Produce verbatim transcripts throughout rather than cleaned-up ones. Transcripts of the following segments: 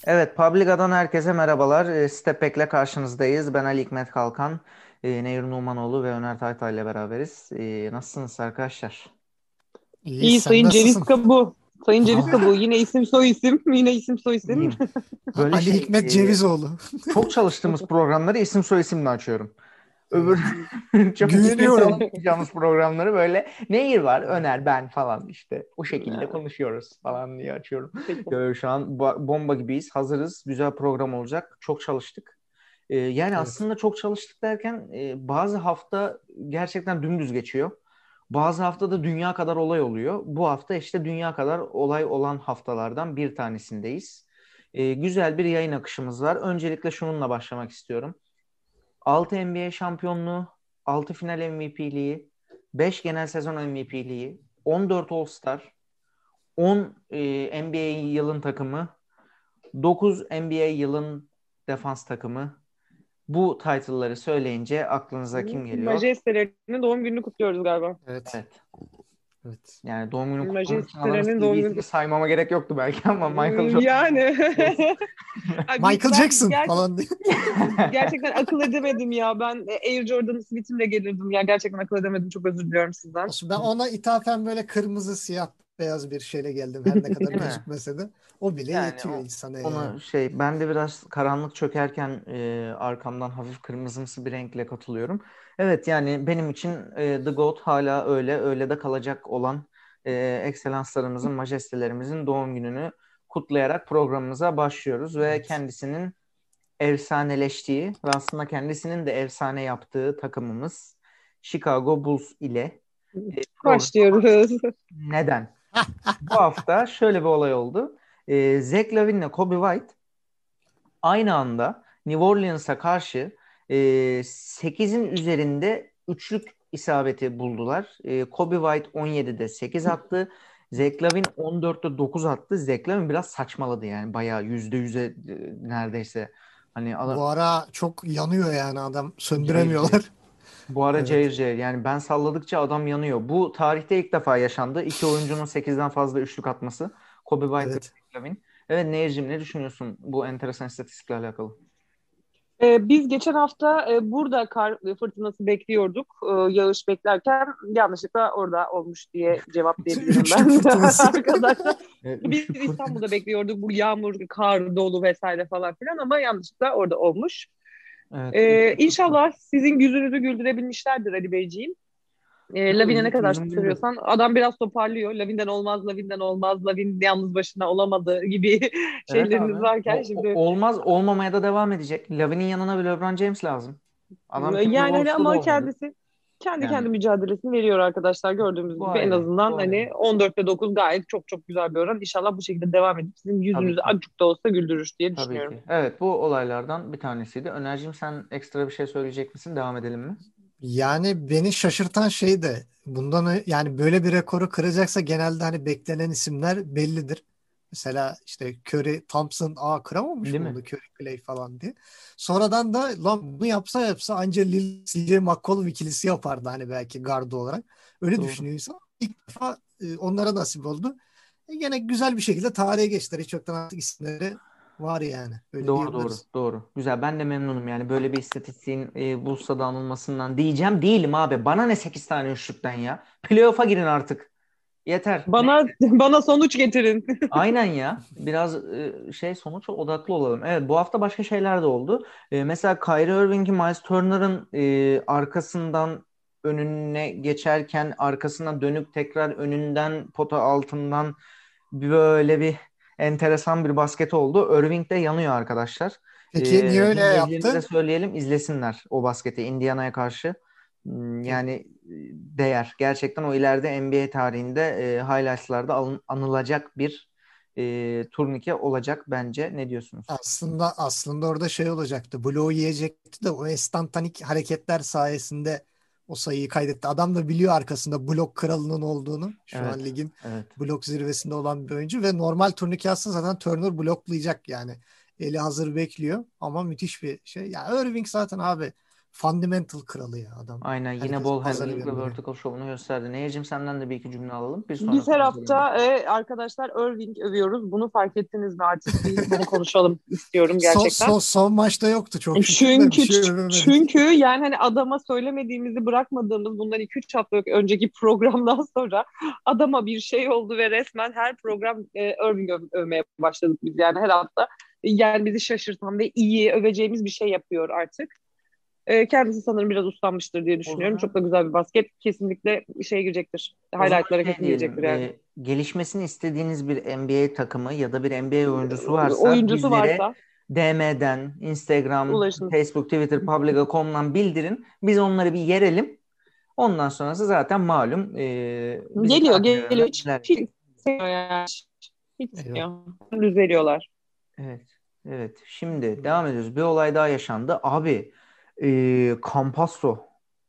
Evet, Publica'dan herkese merhabalar. E, Step Back'le karşınızdayız. Ben Ali Hikmet Kalkan, e, Nehir Numanoğlu ve Öner Taytay ile beraberiz. E, nasılsınız arkadaşlar? İyi, İyi sen Sayın Ceviz nasılsın? Kabuğu. Sayın Ceviz Aa, Kabuğu. Yine isim soy isim. Yine isim soy isim. İyiyim. Böyle Ali şey, Hikmet e, Cevizoğlu. çok çalıştığımız programları isim soy isimle açıyorum. Öbür Evet. çok dikkate Güveniyorum. alamayacağımız programları böyle Nehir var, Öner, ben falan işte o şekilde konuşuyoruz falan diye açıyorum. Peki. E, şu an bo- bomba gibiyiz, hazırız. Güzel program olacak. Çok çalıştık. Ee, yani Evet. aslında çok çalıştık derken e, bazı hafta gerçekten dümdüz geçiyor. Bazı hafta da dünya kadar olay oluyor. Bu hafta işte dünya kadar olay olan haftalardan bir tanesindeyiz. Ee, güzel bir yayın akışımız var. Öncelikle şununla başlamak istiyorum. altı N B A şampiyonluğu, altı final M V P'liği, beş genel sezon M V P'liği, on dört All-Star, on e, N B A yılın takımı, dokuz N B A yılın defans takımı, bu title'ları söyleyince aklınıza kim geliyor? Majestelerinin doğum gününü kutluyoruz galiba. Evet. Evet. Evet. Yani doğum günü kutlamak için adamın Majestelerinin doğum C V'sini günü. saymama gerek yoktu belki ama Michael Hmm, Jordan Yani. olsun. Ay, biz- Michael ben Jackson ger falan diye. gerçekten akıl edemedim ya. Ben e, Air Jordan'ı Smith'imle gelirdim. Ya gerçekten akıl edemedim. Çok özür diliyorum sizden. Olsun. Ben ona ithafen böyle kırmızı siyah beyaz bir şeyle geldim. Her ne kadar Değil mi? gözükmese de. O bile Yani yetiyor o, insana yani. onu şey ben de biraz karanlık çökerken e, arkamdan hafif kırmızımsı bir renkle katılıyorum. Evet yani benim için e, The GOAT hala öyle öyle de kalacak olan e, ekselanslarımızın, majestelerimizin doğum gününü kutlayarak programımıza başlıyoruz ve Evet. kendisinin efsaneleştiği ve aslında kendisinin de efsane yaptığı takımımız Chicago Bulls ile e, programa başlıyoruz. Başlıyoruz. Neden? Bu hafta şöyle bir olay oldu. E, Zach LaVine Kobe White aynı anda New Orleans'a karşı e, sekizin üzerinde üçlük isabeti buldular. E, Kobe White on yedide sekiz attı. Zach Lavine on dörtte dokuz attı. Zach Lavine biraz saçmaladı yani bayağı yüzde yüze e, neredeyse. Hani adam Bu ara çok yanıyor yani adam. cayır cayır. Söndüremiyorlar. Bu ara Evet. cayır cayır. Yani ben salladıkça adam yanıyor. Bu tarihte ilk defa yaşandı. İki oyuncunun sekizden fazla üçlük atması. Kobe White ve Evet. Zach Lavine. Evet Nehir'cim ne düşünüyorsun bu enteresan istatistikle alakalı? Ee, biz geçen hafta e, burada kar fırtınası bekliyorduk. Ee, yağış beklerken yanlışlıkla orada olmuş diye cevaplayabilirim Üçlük ben fırtınası. arkadaşlar. E, Biz üçlük fırtına. İstanbul'da bekliyorduk bu yağmur, kar, dolu vesaire falan filan ama yanlışlıkla orada olmuş. Evet, Ee, üçlük fırtına. İnşallah sizin yüzünüzü güldürebilmişlerdir Ali Beyciğim. Ee, Yo, Lavin'e ne yüzüm, kadar yüzüm güldü. seviyorsan adam biraz toparlıyor. Lavin'den olmaz, Lavin'den olmaz, Lavin yalnız başına olamadı gibi Evet şeyleriniz abi. varken O, o- şimdi olmaz olmamaya da devam edecek. Lavin'in yanına bir LeBron James lazım. Adam Timber yani hani Wolves'ta da ama olmadı. kendisi kendi Yani kendi mücadelesini veriyor arkadaşlar gördüğümüz bu gibi en ayrı. azından Bu ayrı. hani on dörtte dokuz gayet çok çok güzel bir oran. İnşallah bu şekilde devam edip sizin Tabii yüzünüzü ki. azıcık da olsa güldürür diye Tabii düşünüyorum. ki. Evet bu olaylardan bir tanesiydi. Önerciğim sen ekstra bir şey söyleyecek misin? Devam edelim mi? Yani beni şaşırtan şey de bundan ö- yani böyle bir rekoru kıracaksa genelde hani beklenen isimler bellidir. Mesela işte Curry, Thompson, aa kıramamış Değil mı mi? bunu Curry, Clay falan diye. Sonradan da lan bunu yapsa yapsa anca Lillard, C J McCollum ikilisi yapardı hani belki gardı olarak. Öyle Doğru. düşünüyor insan. İlk defa e, onlara nasip oldu. E, gene güzel bir şekilde tarihe geçtiler. Hiç yoktan artık isimleri var yani. Öyle Doğru doğru diyebiliriz. doğru. Güzel ben de memnunum yani böyle bir istatistiğin e, Bursa'da anılmasından diyeceğim değilim abi. Bana ne sekiz tane üçlükten ya. Playoff'a girin artık. Yeter. Bana bana sonuç getirin. Aynen ya. Biraz e, şey sonuç odaklı olalım. Evet bu hafta başka şeyler de oldu. E, mesela Kyrie Irving'i Miles Turner'ın e, arkasından önüne geçerken arkasına dönüp tekrar önünden pota altından böyle bir enteresan bir basket oldu. Irving de yanıyor arkadaşlar. Peki niye E, öyle dinleyicilerimize yaptı? söyleyelim izlesinler o basketi Indiana'ya karşı. Hmm, Peki. Yani e, değer. Gerçekten o ileride N B A tarihinde e, highlights'larda alın- anılacak bir e, turnike olacak bence. Ne diyorsunuz? Aslında aslında orada şey olacaktı. Bloğu yiyecekti de o enstantanik hareketler sayesinde o sayıyı kaydetti. Adam da biliyor arkasında blok kralının olduğunu. Şu an Evet. ligin Evet. blok zirvesinde olan bir oyuncu ve normal turnike aslında zaten Turner bloklayacak yani. Eli hazır bekliyor ama müthiş bir şey. Ya Irving zaten abi fundamental kralı ya adam. Aynen, yine Herkes ball pazara handling ve gönderiyor. vertical şovunu gösterdi. Nehir'cim senden de bir iki cümle alalım. Bir Biz sonraki her konumuza hafta e, arkadaşlar Irving övüyoruz. Bunu fark ettiniz mi artık? Bir bunu konuşalım istiyorum Son, gerçekten. son, son maçta yoktu çok şükür de bir Çünkü şey övemedik. çünkü yani hani adama söylemediğimizi bırakmadığımız bundan iki üç hafta önceki programdan sonra adama bir şey oldu ve resmen her program e, Irving öv- övmeye başladık biz yani her hafta. Yani bizi şaşırtan ve iyi öveceğimiz bir şey yapıyor artık. E, kendisi sanırım biraz uslanmıştır diye O düşünüyorum. zaman Çok da güzel bir basket. Kesinlikle şeye girecektir. o zaman Highlightlara şey kesin girecektir diyelim. yani. E, gelişmesini istediğiniz bir N B A takımı ya da bir N B A oyuncusu varsa Oyuncusu bizlere varsa D M'den, Instagram, ulaşın. Facebook, Twitter, Publica nokta com'dan bildirin. Biz onları bir yerelim. Ondan sonrası zaten malum e, bizi Geliyor takip geliyor. edenler Hiç, neler. hiç sevmiyor yani. Hiç Eyvah. sevmiyor. Düz veriyorlar. Evet. Evet. Şimdi devam ediyoruz. Bir olay daha yaşandı. Abi e, Campasso.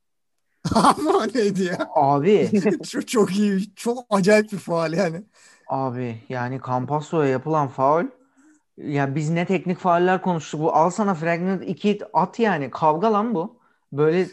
Ama o neydi ya? Abi Çok, çok iyi. Çok acayip bir faal yani. abi yani Campasso'ya yapılan faul, ya biz ne teknik fauller konuştuk. Bu al sana fragment iki at yani. Kavga lan bu. Böyle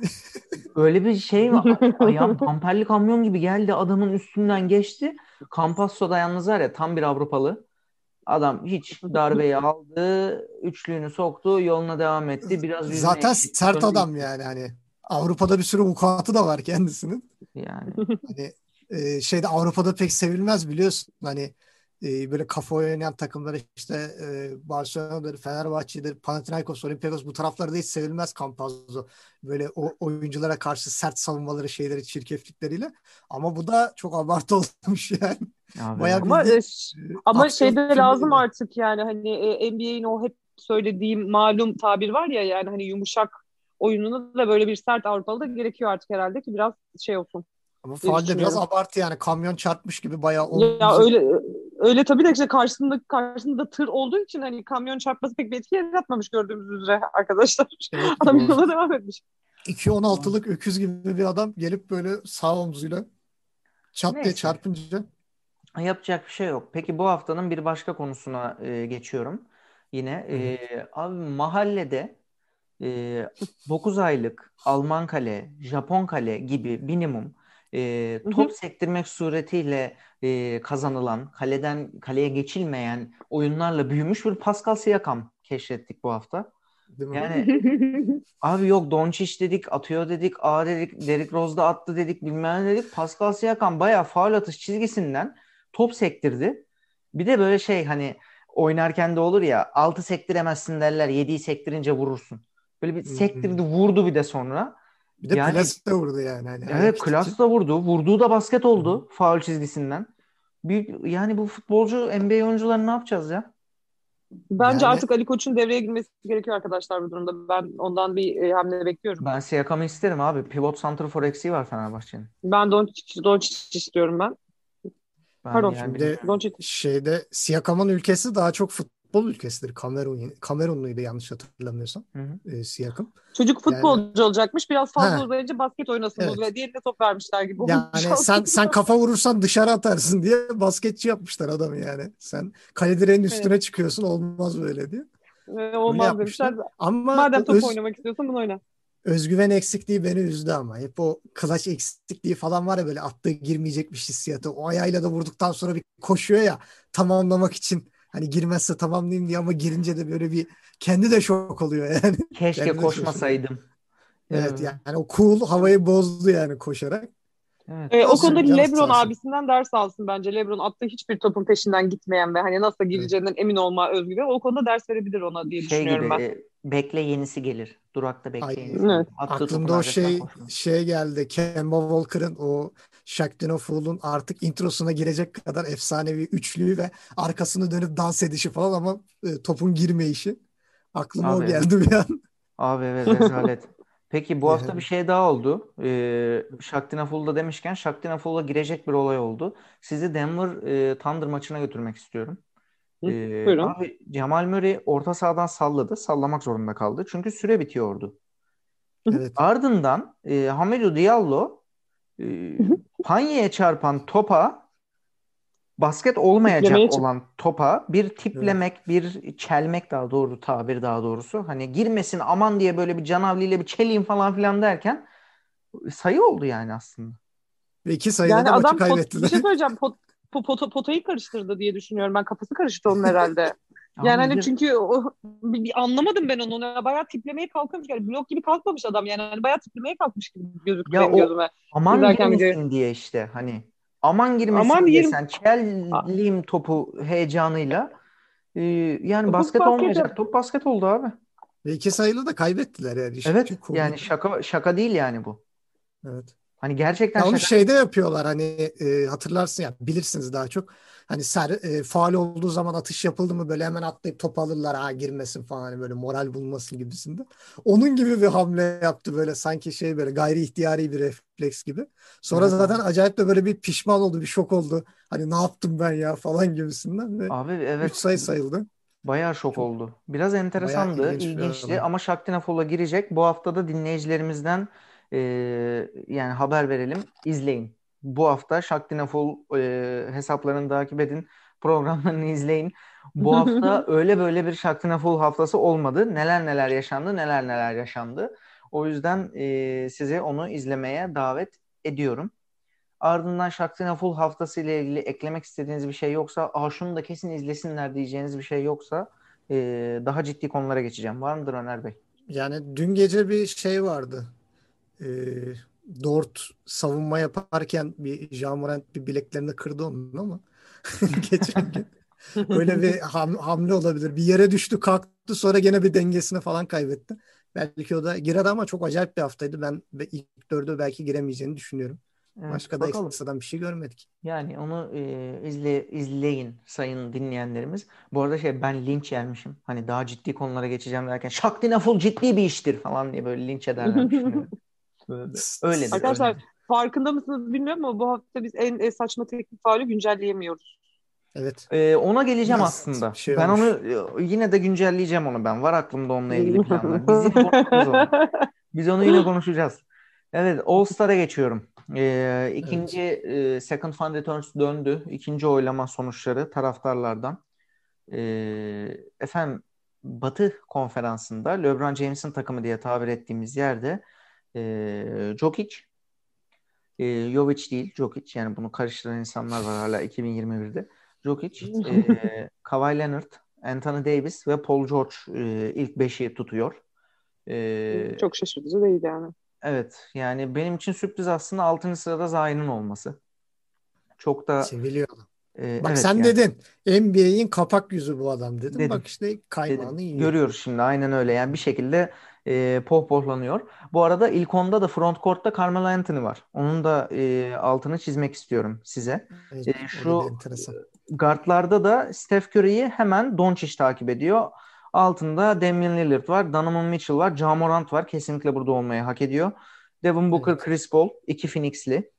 öyle bir şey mi? Ayağım pamperli kamyon gibi geldi. Adamın üstünden geçti. Campasso da yalnız var ya, tam bir Avrupalı. Adam hiç darbeyi aldı. Üçlüğünü soktu. Yoluna devam etti. Biraz yüzüne Zaten ekşitti. sert Döndü adam gitti. yani hani Avrupa'da bir sürü vukuatı da var kendisinin. Yani. Hani e, şeyde Avrupa'da pek sevilmez biliyorsun. Hani e, böyle kafa oynayan takımlar işte e, Barcelona'dır, Fenerbahçe'dir, Panathinaikos, Olympiakos bu taraflarda hiç sevilmez Campazzo. Böyle o oyunculara karşı sert savunmaları, şeyleri, çirkeflikleriyle. Ama bu da çok abartı olmuş yani. Abi Bayağı evet. Ama e, bildiğin ş- e, ama aksiyon şeyde filmi lazım gibi. artık yani hani e, N B A'in o hep söylediğim malum tabir var ya yani hani yumuşak oyununa da böyle bir sert Avrupalı da gerekiyor artık herhalde ki biraz şey olsun Ama diye faalde biraz düşünüyorum. abartı yani. Kamyon çarpmış gibi bayağı Ya omuz. öyle öyle tabii de işte karşısında karşısında da tır olduğu için hani kamyon çarpması pek bir etki yaratmamış gördüğümüz üzere arkadaşlar. Evet, Adam o yola devam etmiş. iki on altılık öküz gibi bir adam gelip böyle sağ omzuyla çat diye Neyse. çarpınca Yapacak bir şey yok. Peki bu haftanın bir başka konusuna e, geçiyorum. Yine e, evet. abi mahallede e, dokuz aylık Alman kale, Japon kale gibi minimum e, Hı top hı. sektirmek suretiyle e, kazanılan, kaleden kaleye geçilmeyen oyunlarla büyümüş bir Pascal Siakam keşfettik bu hafta. Değil mi? Yani abi yok Doncic dedik, atıyor dedik, A dedik, Derrick Rose da attı dedik, bilmem ne dedik. Pascal Siakam bayağı faul atış çizgisinden top sektirdi. Bir de böyle şey, hani oynarken de olur ya, altı sektiremezsin derler, yediyi sektirince vurursun. Böyle bir sektirdi, Hmm. vurdu bir de sonra. Bir de Yani plase vurdu yani hani evet, ayak içi. klasla vurdu. Vurduğu da basket Hı hı. oldu faul çizgisinden. Bir, yani bu futbolcu N B A oyuncuları ne yapacağız ya? Bence Yani artık Ali Koç'un devreye girmesi gerekiyor arkadaşlar bu durumda. Ben ondan bir e, hamle bekliyorum. Ben Siakam'ı isterim abi. Pivot santrafor eksiği var Fenerbahçe'nin. Ben Doncic, Doncic istiyorum ben. Ben Pardon. yani şimdi bilmiyorum. Doncic. şeyde Siakam'ın ülkesi daha çok futbol ülkesidir. Kamerun, Kamerunluydu yanlış hatırlamıyorsam. Hı hı. E, Siakam. Çocuk Yani futbolcu olacakmış. Biraz fazla ha uzayınca basket oynasın bu evet. ve diğerine top vermişler gibi olmuş Yani sen sen aslında. kafa vurursan dışarı atarsın diye basketçi yapmışlar adamı yani. Sen kale direğinin Evet. üstüne çıkıyorsun olmaz böyle diye. E, Öyle olmaz yapmışlar. demişler. Ama Madem top öz, oynamak istiyorsun bunu oyna. özgüven eksikliği beni üzdü ama. Hep o clutch eksikliği falan var ya böyle attığı girmeyecekmiş hissiyatı. O ayağıyla da vurduktan sonra bir koşuyor ya tamamlamak için. Hani girmezse tamamlayayım diye ama girince de böyle bir kendi de şok oluyor yani. Keşke Kendi de şaşırıyor. koşmasaydım. Evet Evet. yani o cool havayı bozdu yani koşarak. Evet. E, o konuda Olsun canı sağ LeBron olsun. abisinden ders alsın bence. LeBron attığı hiçbir topun peşinden gitmeyen ve hani nasıl Evet. gireceğinden emin olma özgüven. O konuda ders verebilir ona diye Şey gibi düşünüyorum ben. e, bekle yenisi gelir. Durakta Ay, bekle yenisi gelir. Evet. Attığı topun aklımda o arkasından şey koşma. şey geldi. Kemba Walker'ın o Shaqtin' a Fool'un artık introsuna girecek kadar efsanevi üçlüyü ve arkasını dönüp dans edişi falan ama e, topun girmeyişi. Aklıma Abi o evet. geldi bir an. Abi evet, rezalet. Peki bu hafta bir Yani, şey daha oldu. Ee, Shaktin Aful'da demişken Shaktin Aful'a girecek bir olay oldu. Sizi Denver e, Thunder maçına götürmek istiyorum. Hı, Ee, buyurun. abi Jamal Murray orta sahadan salladı. Sallamak zorunda kaldı. Çünkü süre bitiyordu. Hı hı, evet. Ardından e, Hamidou Diallo e, hı hı. Panya'ya çarpan topa basket olmayacak Tiplemeye çık. olan topa bir tiplemek, bir çelmek daha doğru tabir daha doğrusu. Hani girmesin aman diye böyle bir canavliyle bir çeleyim falan filan derken sayı oldu yani aslında. Ve iki sayıda Yani da maçı adam pot, bir kaybettiler. şey söyleyeceğim. Pot, po- pot- potayı karıştırdı diye düşünüyorum. Ben kafası karıştı onun herhalde. Yani Abi hani bir de çünkü o, bir, bir anlamadım ben onu. Yani bayağı tiplemeye kalkmış. Yani blok gibi kalkmamış adam. Yani hani bayağı tiplemeye kalkmış gibi gözüktü ya benim o gözüme. aman İzlerken videoyu. girmesin diye işte hani aman Aman girmesin diye yirmi sen çelleyim topu heyecanıyla e, yani bu basket baskette olmayacak top basket oldu abi. Ve iki sayıyla da kaybettiler yani. İşin Evet komiği. yani şaka şaka değil yani bu. Evet. Hani gerçekten Ya onu şaka şeyde yapıyorlar hani e, hatırlarsın ya bilirsiniz daha çok. Hani ser, e, faul olduğu zaman atış yapıldı mı böyle hemen atlayıp top alırlar ha girmesin falan hani böyle moral bulmasın gibisinden. Onun gibi bir hamle yaptı böyle sanki şey böyle gayri ihtiyari bir refleks gibi. Sonra evet zaten abi. acayip de böyle bir pişman oldu bir şok oldu. Hani ne yaptım ben ya falan gibisinden ve Abi üç evet sayı sayıldı. bayağı şok Çok oldu. Biraz bayağı enteresandı, ilginç bir ilginçti olay. ama Şaktinafol'a girecek. Bu haftada dinleyicilerimizden e, yani haber verelim, izleyin. Bu hafta Şaktinafol e, hesaplarını takip edin, programlarını izleyin. Bu hafta öyle böyle bir Şaktinafol haftası olmadı. Neler neler yaşandı, neler neler yaşandı. O yüzden e, size onu izlemeye davet ediyorum. Ardından Şaktinafol haftası ile ilgili eklemek istediğiniz bir şey yoksa, aa şunu da kesin izlesinler diyeceğiniz bir şey yoksa e, daha ciddi konulara geçeceğim. Var mıdır Öner Bey? Yani dün gece bir şey vardı. e, Dort savunma yaparken bir Ja Morant bir bileklerini kırdı onun ama geçen gün öyle bir ham- hamle olabilir. Bir yere düştü kalktı sonra gene bir dengesini falan kaybetti. Belki o da girer ama çok acayip bir haftaydı. Ben ve ilk dörde belki giremeyeceğini düşünüyorum. Evet, Başka da bakalım. ekstradan bir şey görmedik. Yani onu e, izle, izleyin sayın dinleyenlerimiz. Bu arada şey ben linç yermişim. Hani daha ciddi konulara geçeceğim derken Şaktinafol ciddi bir iştir falan diye böyle linç ederlermiş. Şimdi. Böyle- Öyledir, Arkadaşlar öyledir. farkında mısınız bilmiyorum ama bu hafta biz en e, saçma teknik faulü güncelleyemiyoruz. Evet. Ee, ona geleceğim Biraz aslında. şey Ben onu olmuş. e, yine de güncelleyeceğim onu ben. Var aklımda onunla ilgili planlar. Biz yine konuşacağız onu. Biz onu yine konuşacağız. Evet, All Star'a geçiyorum. Ee, ikinci Evet. e, Second Fan Returns döndü. İkinci oylama sonuçları taraftarlardan. Ee, efendim Batı konferansında LeBron James'in takımı diye tabir ettiğimiz yerde e, Jokic, e, Jovic değil Jokic yani bunu karıştıran insanlar var hala iki bin yirmi birde. Jokic, e, Kawhi Leonard, Anthony Davis ve Paul George e, ilk beşi tutuyor. E, Çok şaşırtıcı değil yani. Evet yani benim için sürpriz aslında altıncı sırada Zion'ın olması. Çok da Seviliyor. e, Bak evet sen yani dedin N B A'in kapak yüzü bu adam dedim. dedim Bak işte dedim. kaymağını yiyor. Görüyoruz şimdi aynen öyle yani bir şekilde e, pohpohlanıyor. Bu arada ilk onda da front court'ta Carmelo Anthony var. Onun da e, altını çizmek istiyorum size. Evet, E, o da bir şu enteresan. guardlarda da Steph Curry'yi hemen Doncic takip ediyor. Altında Damian Lillard var, Donovan Mitchell var, Ja Morant var. Kesinlikle burada olmayı hak ediyor. Devin Booker, Evet. Chris Paul, iki Phoenix'li.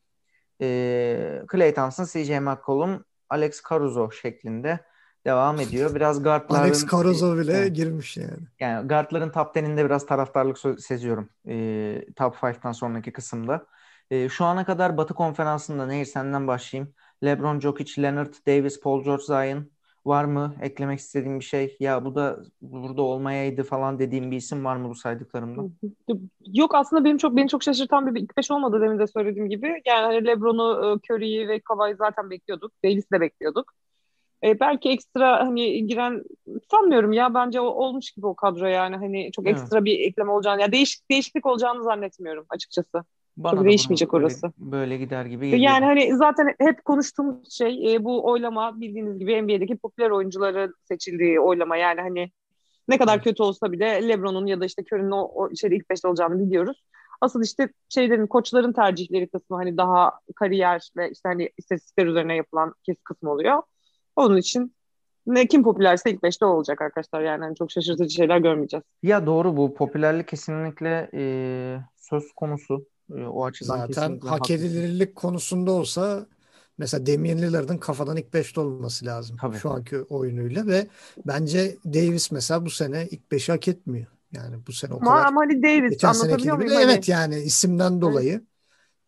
E, Klay Thompson, C J McCollum, Alex Caruso şeklinde devam ediyor. Biraz Alex guardların e, Caruso bile evet, girmiş yani. yani guardların top on'inde biraz taraftarlık so- seziyorum. E, top beşten sonraki kısımda. E, şu ana kadar Batı Konferansı'nda Nehir senden başlayayım. LeBron, Jokic, Leonard, Davis, Paul George, Zion var mı? Eklemek istediğim bir şey. Ya bu da burada olmayaydı falan dediğim bir isim var mı bu saydıklarımdan? Yok aslında benim çok beni çok şaşırtan bir ilk beş olmadı demin de söylediğim gibi. Yani hani LeBron'u, e, Curry'i ve Kawhi'yi zaten bekliyorduk. Davis'i de bekliyorduk. E, belki ekstra hani giren sanmıyorum ya bence o, olmuş gibi o kadro yani hani çok Evet. ekstra bir ekleme olacağını ya değişik değişiklik olacağını zannetmiyorum açıkçası. Çok Bana da bunu değişmeyecek böyle orası. böyle gider gibi geliyor. Yani hani zaten hep konuştuğumuz şey e, bu oylama bildiğiniz gibi N B A'deki popüler oyuncuların seçildiği oylama yani hani ne kadar Evet. kötü olsa bile LeBron'un ya da işte Curry'nin o, o içeri ilk beşte olacağını biliyoruz. Asıl işte şeylerin koçların tercihleri kısmı hani daha kariyer ve işte hani istatistikler üzerine yapılan kes kısmı oluyor. Onun için ne kim popülerse ilk beşte o olacak arkadaşlar. Yani hani çok şaşırtıcı şeyler görmeyeceğiz. Ya doğru bu popülerlik kesinlikle e, söz konusu. E, o açıdan Zaten kesinlikle hak haklısın. edilirlik konusunda olsa mesela Damian Lillard'ın kafadan ilk beşte olması lazım Tabii. şu anki oyunuyla ve bence Davis mesela bu sene ilk beşi hak etmiyor. Yani bu sene o Ama, kadar ama hani Davis geçen seneki anlatabiliyor gibi de muyum hani evet yani isimden evet. dolayı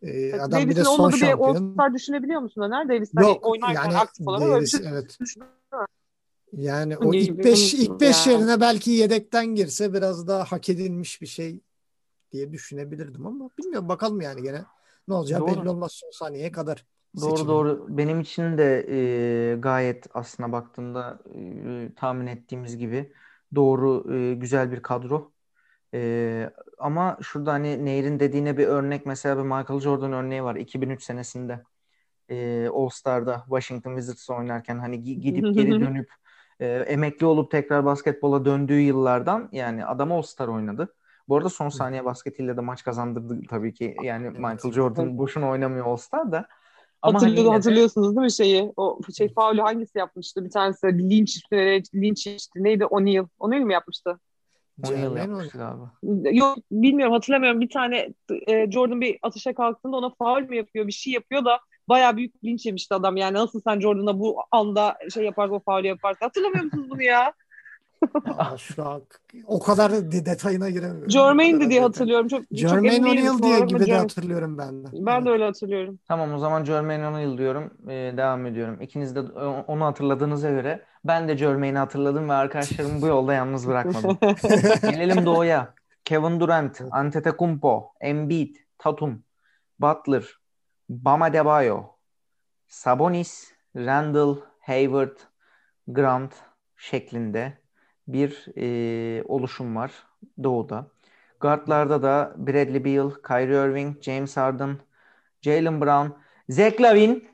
Ee, adam bir de Davis'in son olmadığı bir şampiyon. All-Star düşünebiliyor musun Öner? Davis hani Yok oynarken yani aktif olarak öyle bir Davis şey evet. düşünüyor Yani o ilk gibi. beş ilk beş Yani. yerine belki yedekten girse biraz daha hak edilmiş bir şey diye düşünebilirdim ama bilmiyorum bakalım yani gene ne olacağı belli Doğru. olmaz son saniyeye kadar Doğru seçimin. doğru. Benim için de e, gayet aslına baktığımda e, tahmin ettiğimiz gibi doğru, e, güzel bir kadro. E, ama şurada hani Nehir'in dediğine bir örnek, mesela bir Michael Jordan örneği var. iki bin üç senesinde e, All Star'da Washington Wizards oynarken hani gi- gidip geri dönüp e, emekli olup tekrar basketbola döndüğü yıllardan, yani adam All Star oynadı. Bu arada son saniye basketiyle de maç kazandırdı tabii ki. Yani Evet. Michael Jordan boşuna oynamıyor All Star'da. Ama hani Hatırlıyor, yine de hatırlıyorsunuz değil mi şeyi? O şey faulü hangisi yapmıştı? Bir tanesi Lynch üstüne Lynch işte neydi? O'Neal. O'Neal mi yapmıştı? on yıl Jermaine o yapmıştı galiba. Yok bilmiyorum hatırlamıyorum. Bir tane e, Jordan bir atışa kalktığında ona faul mü yapıyor? Bir şey yapıyor da bayağı büyük linç yemişti adam. Yani nasıl sen Jordan'a bu anda şey yaparsın o faulü yaparsın. Hatırlamıyor musunuz bunu ya? Aa, şu an o kadar de- detayına giremiyorum. O Jermaine'di kadar diye detay. hatırlıyorum. Çok çok emin Jermaine değilim O'Neal isim diye olarak ama gibi de Jermaine. hatırlıyorum ben de. Ben de Evet. öyle hatırlıyorum. Tamam, o zaman Jermaine O'Neal diyorum. Ee, devam ediyorum. İkiniz de o- onu hatırladığınıza göre ben de Jermaine'i hatırladım ve arkadaşlarımı bu yolda yalnız bırakmadım. Gelelim Doğu'ya. Kevin Durant, Evet. Antetokounmpo, Embiid, Tatum, Butler, Bam Adebayo, Sabonis, Randall, Hayward, Grant şeklinde bir e, oluşum var Doğu'da. Guardlarda da Bradley Beal, Kyrie Irving, James Harden, Jaylen Brown, Zach Lavine,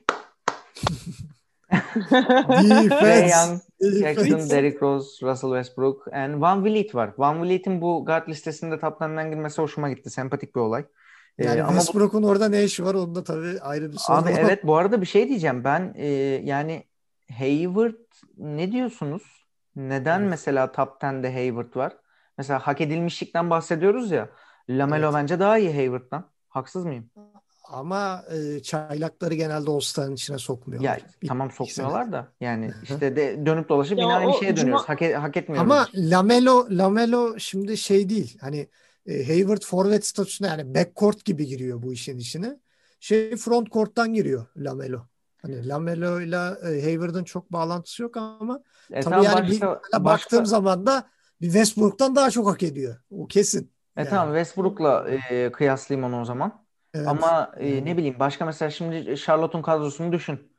Trae Defense. Young, Claxton, Defense. Derrick Rose, Russell Westbrook and Van Vliet var. Van Vliet'in bu guard listesinde top on'dan girmesi hoşuma gitti. Sempatik bir olay. Ee, Yani ama bu Westbrook'un orada ne işi var? Onda tabii ayrı bir abi, soru var. evet, bu arada bir şey diyeceğim. Ben e, yani Hayward, ne diyorsunuz? Neden Evet. mesela top on'de Hayward var? Mesela hak edilmişlikten bahsediyoruz ya. LaMelo Evet. bence daha iyi Hayward'dan. Haksız mıyım? Ama e, çaylakları genelde All-Star'ın içine Ya sokmuyorlar. Bir tamam, iki senedir. sokmuyorlar da yani Hı. işte de dönüp dolaşıp Ya yine aynı o şeye dönüyoruz. Cuma Hak, e- hak etmiyoruz Ama işte. Lamelo Lamelo şimdi şey değil. Hani e, Hayward forvet statüsüne yani backcourt gibi giriyor bu işin içine. Şey front court'tan giriyor Lamelo. Hani Lamelo ile e, Hayward'ın çok bağlantısı yok ama E tabii tamam, yani bir başka mesela baktığım başka zaman da bir Westbrook'tan daha çok hak ediyor. O kesin e tamam, yani. Westbrook'la e, kıyaslayayım onu o zaman. Evet. Ama e, ne Yani bileyim, başka mesela şimdi Charlotte'un kadrosunu düşün.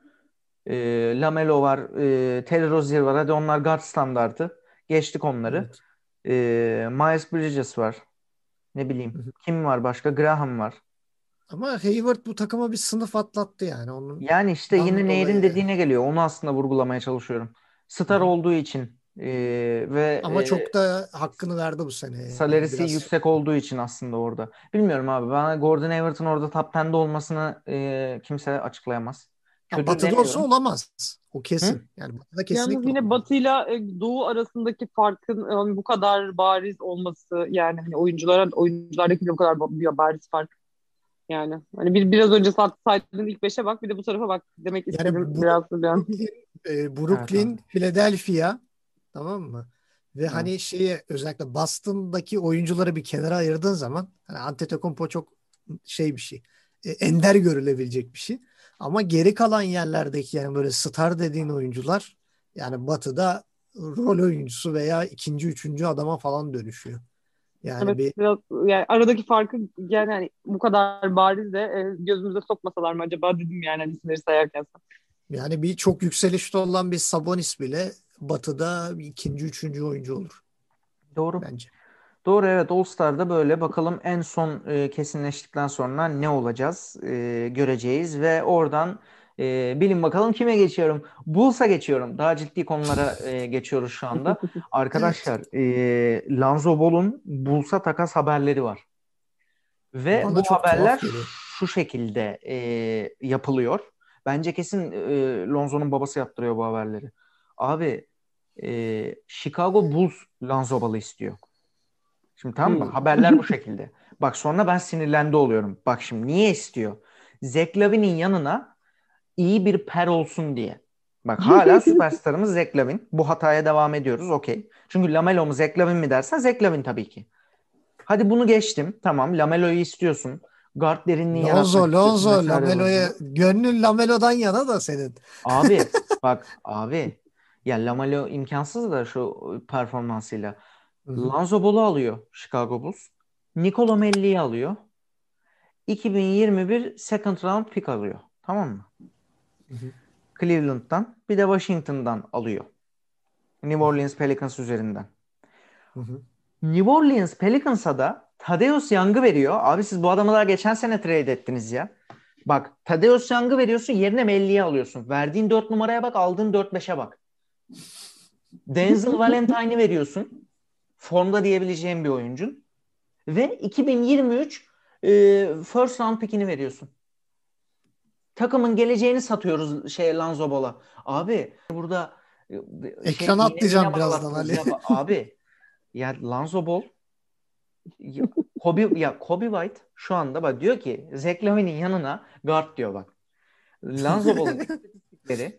E, Lamelo var, e, Terry Rozier var. Hadi onlar guard standartı. Geçtik onları. evet. E, Miles Bridges var. Ne bileyim. Kim var başka? Graham var. Ama Hayward bu takıma bir sınıf atlattı yani. Yani işte Ondan yine Nehir'in dolayı dediğine geliyor. Onu aslında vurgulamaya çalışıyorum. Star olduğu için e, ve ama e, çok da hakkını verdi bu sene. Yani salarisi biraz yüksek olduğu için aslında orada. Bilmiyorum abi. Bana Gordon Hayward'ın orada top on'da olmasını e, kimse açıklayamaz. ya Kötü Batı'da olsa demiyorum. olamaz. O Hı? kesin. Yani Batı'da yalnız kesinlikle yine olamaz. Batı'yla e, Doğu arasındaki farkın e, bu kadar bariz olması yani hani oyunculara oyunculardaki de bu kadar bir bariz fark yani. Hani bir biraz önce sat- saydığın ilk beşe bak bir de bu tarafa bak demek Yani istedim Bru- biraz da ben. Brooklyn, e, Evet abi. Brooklyn, Philadelphia tamam mı? Ve Evet. hani şeye özellikle Boston'daki oyuncuları bir kenara ayırdığın zaman hani Antetokounmpo çok şey bir şey. e, ender görülebilecek bir şey. Ama geri kalan yerlerdeki yani böyle star dediğin oyuncular yani Batı'da rol oyuncusu veya ikinci, üçüncü adama falan dönüşüyor. Yani Evet bir biraz yani aradaki farkı yani hani bu kadar bariz de e, gözümüze sokmasalar mı acaba dedim yani hani isimleri sayarken. yani bir çok yükselişte olan bir Sabonis bile Batı'da bir ikinci, üçüncü oyuncu olur Doğru. bence. Doğru, evet, All Star'da böyle. Bakalım en son e, kesinleştikten sonra ne olacağız e, göreceğiz ve oradan e, bilin bakalım kime geçiyorum. Bulls'a geçiyorum. Daha ciddi konulara e, geçiyoruz şu anda. Arkadaşlar, e, Lonzo Ball'un Bulls'a takas haberleri var. Ve Bana bu çok tuhaf haberler geliyor. şu şekilde e, yapılıyor. Bence kesin e, Lonzo'nun babası yaptırıyor bu haberleri. Abi, e, Chicago Bulls Lonzo Ball'ı istiyor. Şimdi tamam mı? Hmm. Haberler bu şekilde. Bak sonra ben sinirlendi oluyorum. Bak şimdi niye istiyor? Zach Lavine'in yanına iyi bir per olsun diye. Bak hala süperstarımız Zach Lavine. Bu hataya devam ediyoruz. Okey. Çünkü Lamelo mu Zach Lavine mi dersen Zach Lavine tabii ki. Hadi bunu geçtim. Tamam, Lamelo'yu istiyorsun. Guard derinliği yaratmak Lonzo, istiyorsun Lonzo, vesaire. Lamelo'ya gönlün Lamelo'dan yana da senin. Abi bak abi ya Lamelo imkansız da şu performansıyla. Hı hı. Lonzo Ball'u alıyor Chicago Bulls. Nicolo Melli'yi alıyor. iki bin yirmi bir second round pick alıyor. Tamam mı? Hı hı. Cleveland'dan bir de Washington'dan alıyor. New Orleans Pelicans üzerinden. Hı hı. New Orleans Pelicans'a da Thaddeus Young'ı veriyor. Abi siz bu adamı daha geçen sene trade ettiniz ya. Bak Thaddeus Young'ı veriyorsun yerine Melli'yi alıyorsun. Verdiğin dört numaraya bak aldığın dört beşe bak. Denzel Valentine'i veriyorsun. Formda diyebileceğim bir oyuncun. Ve iki bin yirmi üç e, first round pick'ini veriyorsun. Takımın geleceğini satıyoruz şey Lonzo Ball'a. Abi burada e, şey Ekrana iğne iğne atlayacağım birazdan bağlattınız Ali. ya. Abi ya Lonzo Ball ya, Kobe, ya Kobe White şu anda bak diyor ki Zach Lavine'in yanına guard diyor bak. Lonzo Ball'un istatistikleri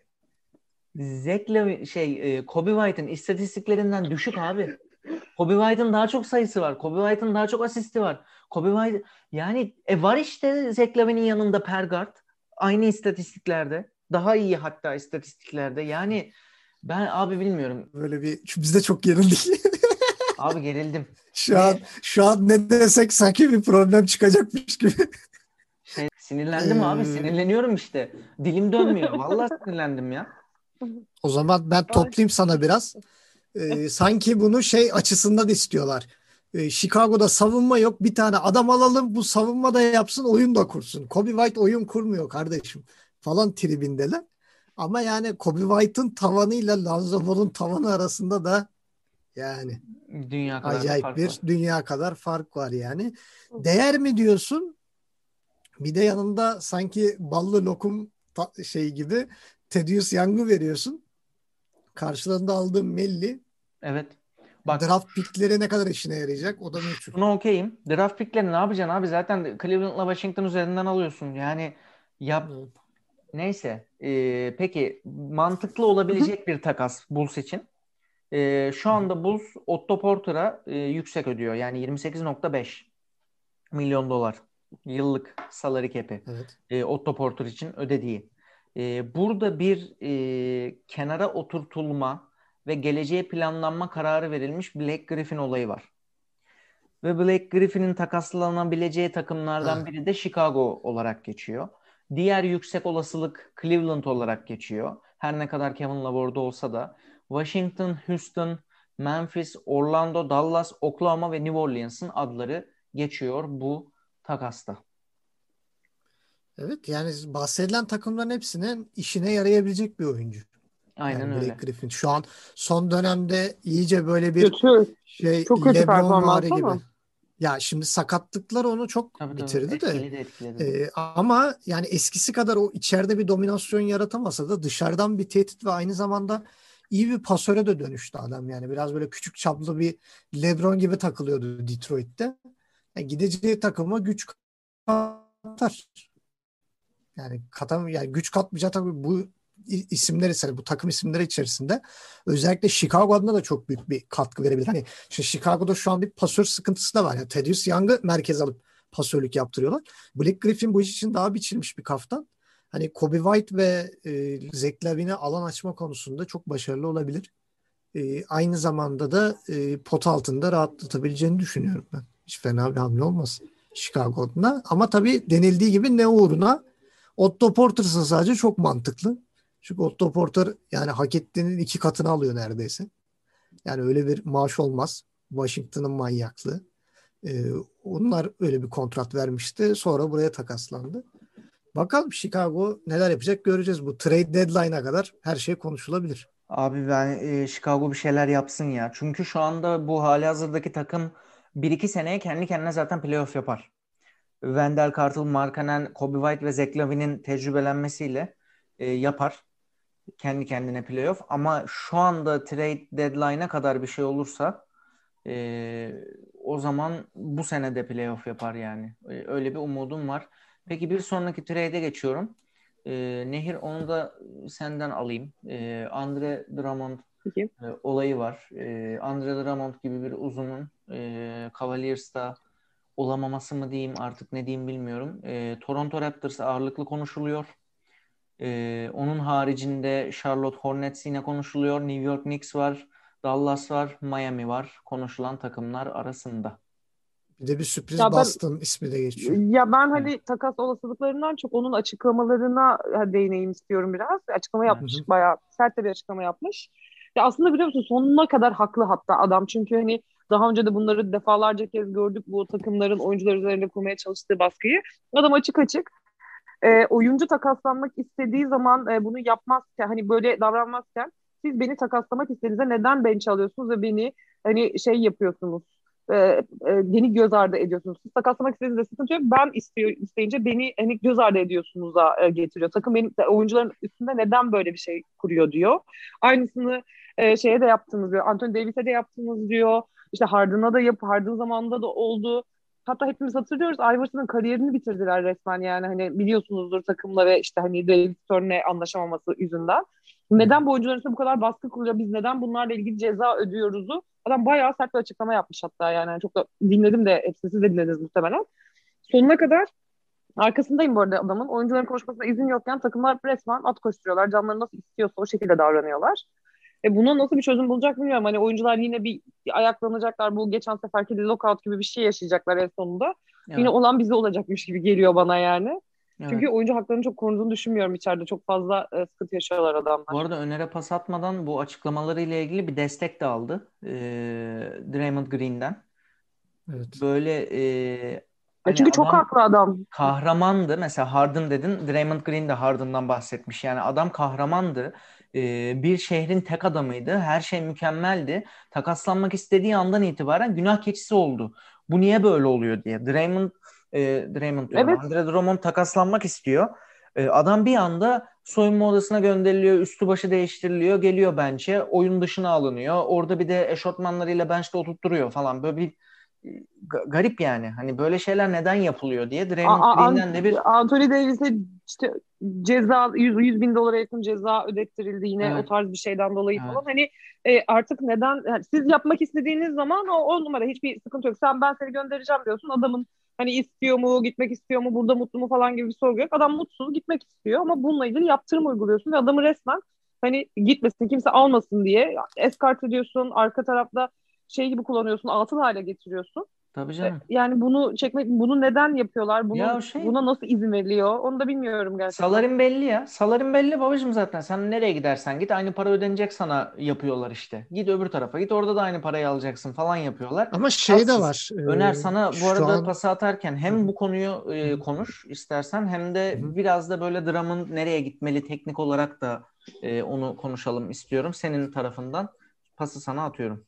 Zach Lavine, şey e, Kobe White'ın istatistiklerinden düşük abi. Kobe White'ın daha çok sayısı var. Kobe White'ın daha çok asisti var. Kobe White yani e, var işte Zach Lavine'in yanında per guard. Aynı istatistiklerde. Daha iyi hatta istatistiklerde. Yani ben abi bilmiyorum. Böyle bir şu biz de çok gerildik. Abi gerildim. Şu Ve an şu an ne desek sanki bir problem çıkacakmış gibi. şey, sinirlendim abi. Ee, Sinirleniyorum işte. Dilim dönmüyor. Vallahi sinirlendim ya. O zaman ben toplayayım sana biraz. Ee, sanki bunu şey açısından istiyorlar. Ee, Chicago'da savunma yok. Bir tane adam alalım bu savunma da yapsın oyun da kursun. Kobe White oyun kurmuyor kardeşim falan tribindeler. Ama yani Kobe White'ın tavanıyla Lonzo Ball'un tavanı arasında da yani Dünya kadar bir acayip fark var. bir dünya kadar fark var yani. Değer mi diyorsun? Bir de yanında sanki ballı lokum ta- şey gibi Thaddeus Young'u veriyorsun. Karşılığında aldığın Melli Evet. Bak draft pickleri ne kadar işine yarayacak? O da meçhul. şuna okeyim. Draft pickleri ne yapacaksın abi? Zaten Cleveland'la Washington üzerinden alıyorsun. Yani yap Evet. neyse. Ee, peki mantıklı olabilecek bir takas Bulls için. Ee, şu Hı hı. anda Bulls Otto Porter'a e, yüksek ödüyor. Yani yirmi sekiz nokta beş milyon dolar yıllık salary cap'i. Evet. E, Otto Porter için ödediği. E, burada bir e, kenara oturtulma ve geleceğe planlanma kararı verilmiş Blake Griffin olayı var. Ve Blake Griffin'in takaslanabileceği takımlardan Ha. biri de Chicago olarak geçiyor. Diğer yüksek olasılık Cleveland olarak geçiyor. Her ne kadar Kevin Love orada olsa da Washington, Houston, Memphis, Orlando, Dallas, Oklahoma ve New Orleans'ın adları geçiyor bu takasta. Evet yani bahsedilen takımların hepsinin işine yarayabilecek bir oyuncu. Aynen Yani Blake öyle. Griffin şu an son dönemde iyice böyle bir Kötü. şey Çok kötü LeBron performans vari gibi. ama. Ya şimdi sakatlıklar onu çok Tabii tabii. bitirdi de Etkiledi etkiledi. e, ama yani eskisi kadar o içeride bir dominasyon yaratamasa da dışarıdan bir tehdit ve aynı zamanda iyi bir pasöre de dönüştü adam yani biraz böyle küçük çaplı bir LeBron gibi takılıyordu Detroit'te. Yani gideceği takıma güç katar. Yani katam yani güç katmayacak tabii bu isimler ise bu takım isimleri içerisinde özellikle Chicago adına da çok büyük bir katkı verebilir. Hani işte Chicago'da şu an bir pasör sıkıntısı da var. Yani Thaddeus Young'ı merkez alıp pasörlük yaptırıyorlar. Blake Griffin bu iş için daha biçilmiş bir kaftan. Hani Kobe White ve e, Zach Lavine'e alan açma konusunda çok başarılı olabilir. E, aynı zamanda da e, pot altında rahatlatabileceğini düşünüyorum ben. Hiç fena bir hamle olmaz Chicago adına. Ama tabii denildiği gibi ne uğruna Otto Porter'sa sadece çok mantıklı. Çünkü Otto Porter yani hak ettiğinin iki katını alıyor neredeyse. Yani öyle bir maaş olmaz. Washington'ın manyaklığı. Ee, onlar öyle bir kontrat vermişti. Sonra buraya takaslandı. Bakalım Chicago neler yapacak göreceğiz. Bu trade deadline'a kadar her şey konuşulabilir. Abi ben e, Chicago bir şeyler yapsın ya. Çünkü şu anda bu halihazırdaki takım bir iki seneye kendi kendine zaten playoff yapar. Wendell Carter, Markkanen, Kobe White ve Zach Lavine'in tecrübelenmesiyle e, yapar. Kendi kendine playoff. Ama şu anda trade deadline'a kadar bir şey olursa e, o zaman bu sene de playoff yapar yani. E, öyle bir umudum var. Peki bir sonraki trade'e geçiyorum. E, Nehir onu da senden alayım. E, Andre Drummond Peki. e, olayı var. E, Andre Drummond gibi bir uzunun e, Cavaliers'ta olamaması mı diyeyim artık ne diyeyim bilmiyorum. E, Toronto Raptors ağırlıklı konuşuluyor. E, onun haricinde Charlotte Hornets yine konuşuluyor. New York Knicks var. Dallas var. Miami var. Konuşulan takımlar arasında. Bir de bir sürpriz Ya ben Boston ismi de geçiyor. ya ben Evet. hani takas olasılıklarından çok onun açıklamalarına e, değineyim istiyorum biraz. Açıklama Evet. Hı yapmış, hı. bayağı sert de bir açıklama yapmış. Ya aslında biliyor musun sonuna kadar haklı hatta adam. Çünkü hani daha önce de bunları defalarca kez gördük bu takımların oyuncular üzerinde kurmaya çalıştığı baskıyı. Adam açık açık e, oyuncu takaslanmak istediği zaman e, bunu yapmazken hani böyle davranmazken siz beni takaslamak istediğinizde neden bench alıyorsunuz ve beni hani şey yapıyorsunuz, e, e, beni göz ardı ediyorsunuz. Siz takaslamak istediğinizde sıkıntı yok. Ben istiyor, isteyince beni hani göz ardı ediyorsunuz'a e, getiriyor. Takım benim oyuncuların üstünde neden böyle bir şey kuruyor diyor. Aynısını e, şeye de yaptınız diyor. Anthony Davis'e de yaptınız diyor. İşte Harden'a da yap, Harden zamanında da oldu. Hatta hepimiz hatırlıyoruz Iverson'ın kariyerini bitirdiler resmen yani hani biliyorsunuzdur takımla ve işte hani David Stern'le anlaşamaması yüzünden. Neden bu oyuncuların üstüne bu kadar baskı kuruluyor? Biz neden bunlarla ilgili ceza ödüyoruzu? Adam bayağı sert bir açıklama yapmış hatta yani. Yani çok da dinledim de hepsini siz de dinlediniz muhtemelen. Sonuna kadar arkasındayım bu arada adamın. Oyuncuların konuşmasına izin yokken takımlar resmen at koşturuyorlar. Canları nasıl istiyorsa o şekilde davranıyorlar. E buna nasıl bir çözüm bulacak bilmiyorum. Hani oyuncular yine bir, bir ayaklanacaklar. Bu geçen seferki de lockout gibi bir şey yaşayacaklar en sonunda. Yine Evet. olan bize olacakmış gibi geliyor bana yani. Evet. Çünkü oyuncu haklarını çok koruduğunu düşünmüyorum içeride. Çok fazla e, sıkıntı yaşıyorlar Bu adamlar. arada Öner'e pas atmadan bu açıklamalarıyla ilgili bir destek de aldı. Ee, Draymond Green'den. Evet. Böyle e, Ya hani çünkü çok adam haklı adam. kahramandı. Mesela Harden dedin. Draymond Green de Harden'dan bahsetmiş. Yani adam kahramandı. Ee, bir şehrin tek adamıydı. Her şey mükemmeldi. Takaslanmak istediği andan itibaren günah keçisi oldu. Bu niye böyle oluyor diye. Draymond, e, Draymond diyorum. Evet. Andre Drummond takaslanmak istiyor. E, adam bir anda soyunma odasına gönderiliyor. Üstü başı değiştiriliyor. Geliyor bench'e. Oyun dışına alınıyor. Orada bir de eşofmanlarıyla bench'te oturtturuyor falan. Böyle bir Ga- garip yani. Hani böyle şeyler neden yapılıyor diye A- Draymond A- An- Green'den de bir Anthony Davis'e işte ceza yüz yüz bin dolara yakın ceza ödettirildi yine o evet, tarz bir şeyden dolayı evet, falan. Hani e, artık neden yani siz yapmak istediğiniz zaman o, o numara hiçbir sıkıntı yok. Sen ben seni göndereceğim diyorsun. Adamın hani istiyor mu, gitmek istiyor mu, burada mutlu mu falan gibi bir sorgu yok. Adam mutsuz, gitmek istiyor ama bununla ilgili yaptırım uyguluyorsun ve adamı resmen hani gitmesin, kimse almasın diye eskort ediyorsun. Arka tarafta şey gibi kullanıyorsun, atıl hale getiriyorsun. tabii E, canım. Yani bunu çekmek, bunu neden yapıyorlar? Ya Bunun o şey buna nasıl izin veriliyor? Onu da bilmiyorum gerçekten. salarin belli ya. Salarin belli babacığım zaten. Sen nereye gidersen git aynı para ödenecek sana yapıyorlar işte. Git öbür tarafa git orada da aynı parayı alacaksın falan yapıyorlar. Ama şey de Tatsız. var. Öner E, sana bu şu arada an pası atarken Hı hem hı, bu konuyu hı e, hı, konuş istersen hem de hı hı. biraz da böyle dramın nereye gitmeli teknik olarak da e, onu konuşalım istiyorum. Senin tarafından pası sana atıyorum.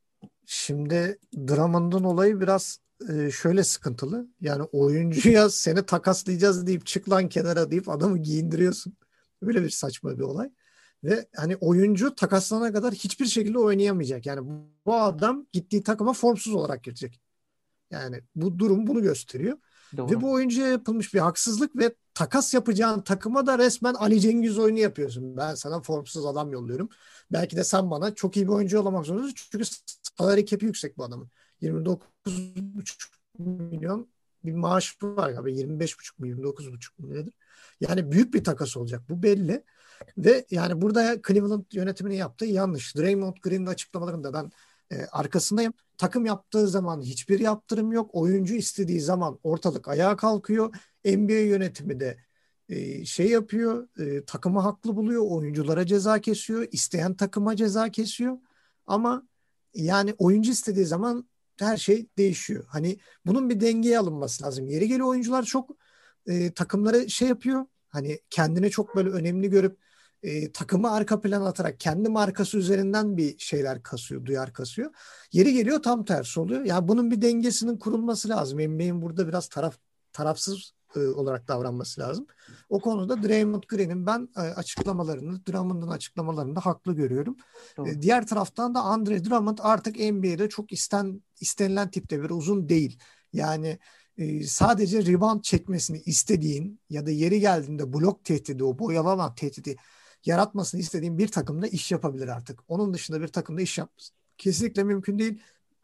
Şimdi Drummond'un olayı biraz e, şöyle sıkıntılı. Yani oyuncuya seni takaslayacağız deyip çık lan kenara deyip adamı giyindiriyorsun. Böyle bir saçma bir olay. Ve hani oyuncu takaslanana kadar hiçbir şekilde oynayamayacak. Yani bu, bu adam gittiği takıma formsuz olarak girecek. Yani bu durum bunu gösteriyor. Ve Doğru. bu oyuncuya yapılmış bir haksızlık ve takas yapacağın takıma da resmen Ali Cengiz oyunu yapıyorsun. Ben sana formsuz adam yolluyorum. Belki de sen bana çok iyi bir oyuncu yollamak zorundasın. Çünkü salary cap'i yüksek bu adamın. yirmi dokuz buçuk milyon bir maaş var galiba. yirmi beş buçuk mu yirmi dokuz buçuk mu nedir? Yani büyük bir takas olacak. Bu belli. Ve yani burada Cleveland yönetiminin yaptığı yanlış. Draymond Green'in açıklamalarında ben e, arkasındayım. Takım yaptığı zaman hiçbir yaptırım yok. Oyuncu istediği zaman ortalık ayağa kalkıyor. N B A yönetimi de e, şey yapıyor. E, takımı haklı buluyor. Oyunculara ceza kesiyor. İsteyen takıma ceza kesiyor. Ama yani oyuncu istediği zaman her şey değişiyor. Hani bunun bir dengeye alınması lazım. Yeri geliyor oyuncular çok e, takımları şey yapıyor. Hani kendine çok böyle önemli görüp e, takımı arka plana atarak kendi markası üzerinden bir şeyler kasıyor, duyar kasıyor. Yeri geliyor tam tersi oluyor. Yani bunun bir dengesinin kurulması lazım. N B A'in burada biraz taraf tarafsız e, olarak davranması lazım. O konuda Draymond Green'in ben e, açıklamalarını, Drummond'un açıklamalarını da haklı görüyorum. Doğru. E, diğer taraftan da Andre Drummond artık N B A'de çok isten, istenilen tipte bir uzun değil. Yani e, sadece rebound çekmesini istediğin ya da yeri geldiğinde blok tehdidi, o boyalı alan tehdidi yaratmasını istediğin bir takımda iş yapabilir artık. Onun dışında bir takımda iş yapması kesinlikle mümkün değil.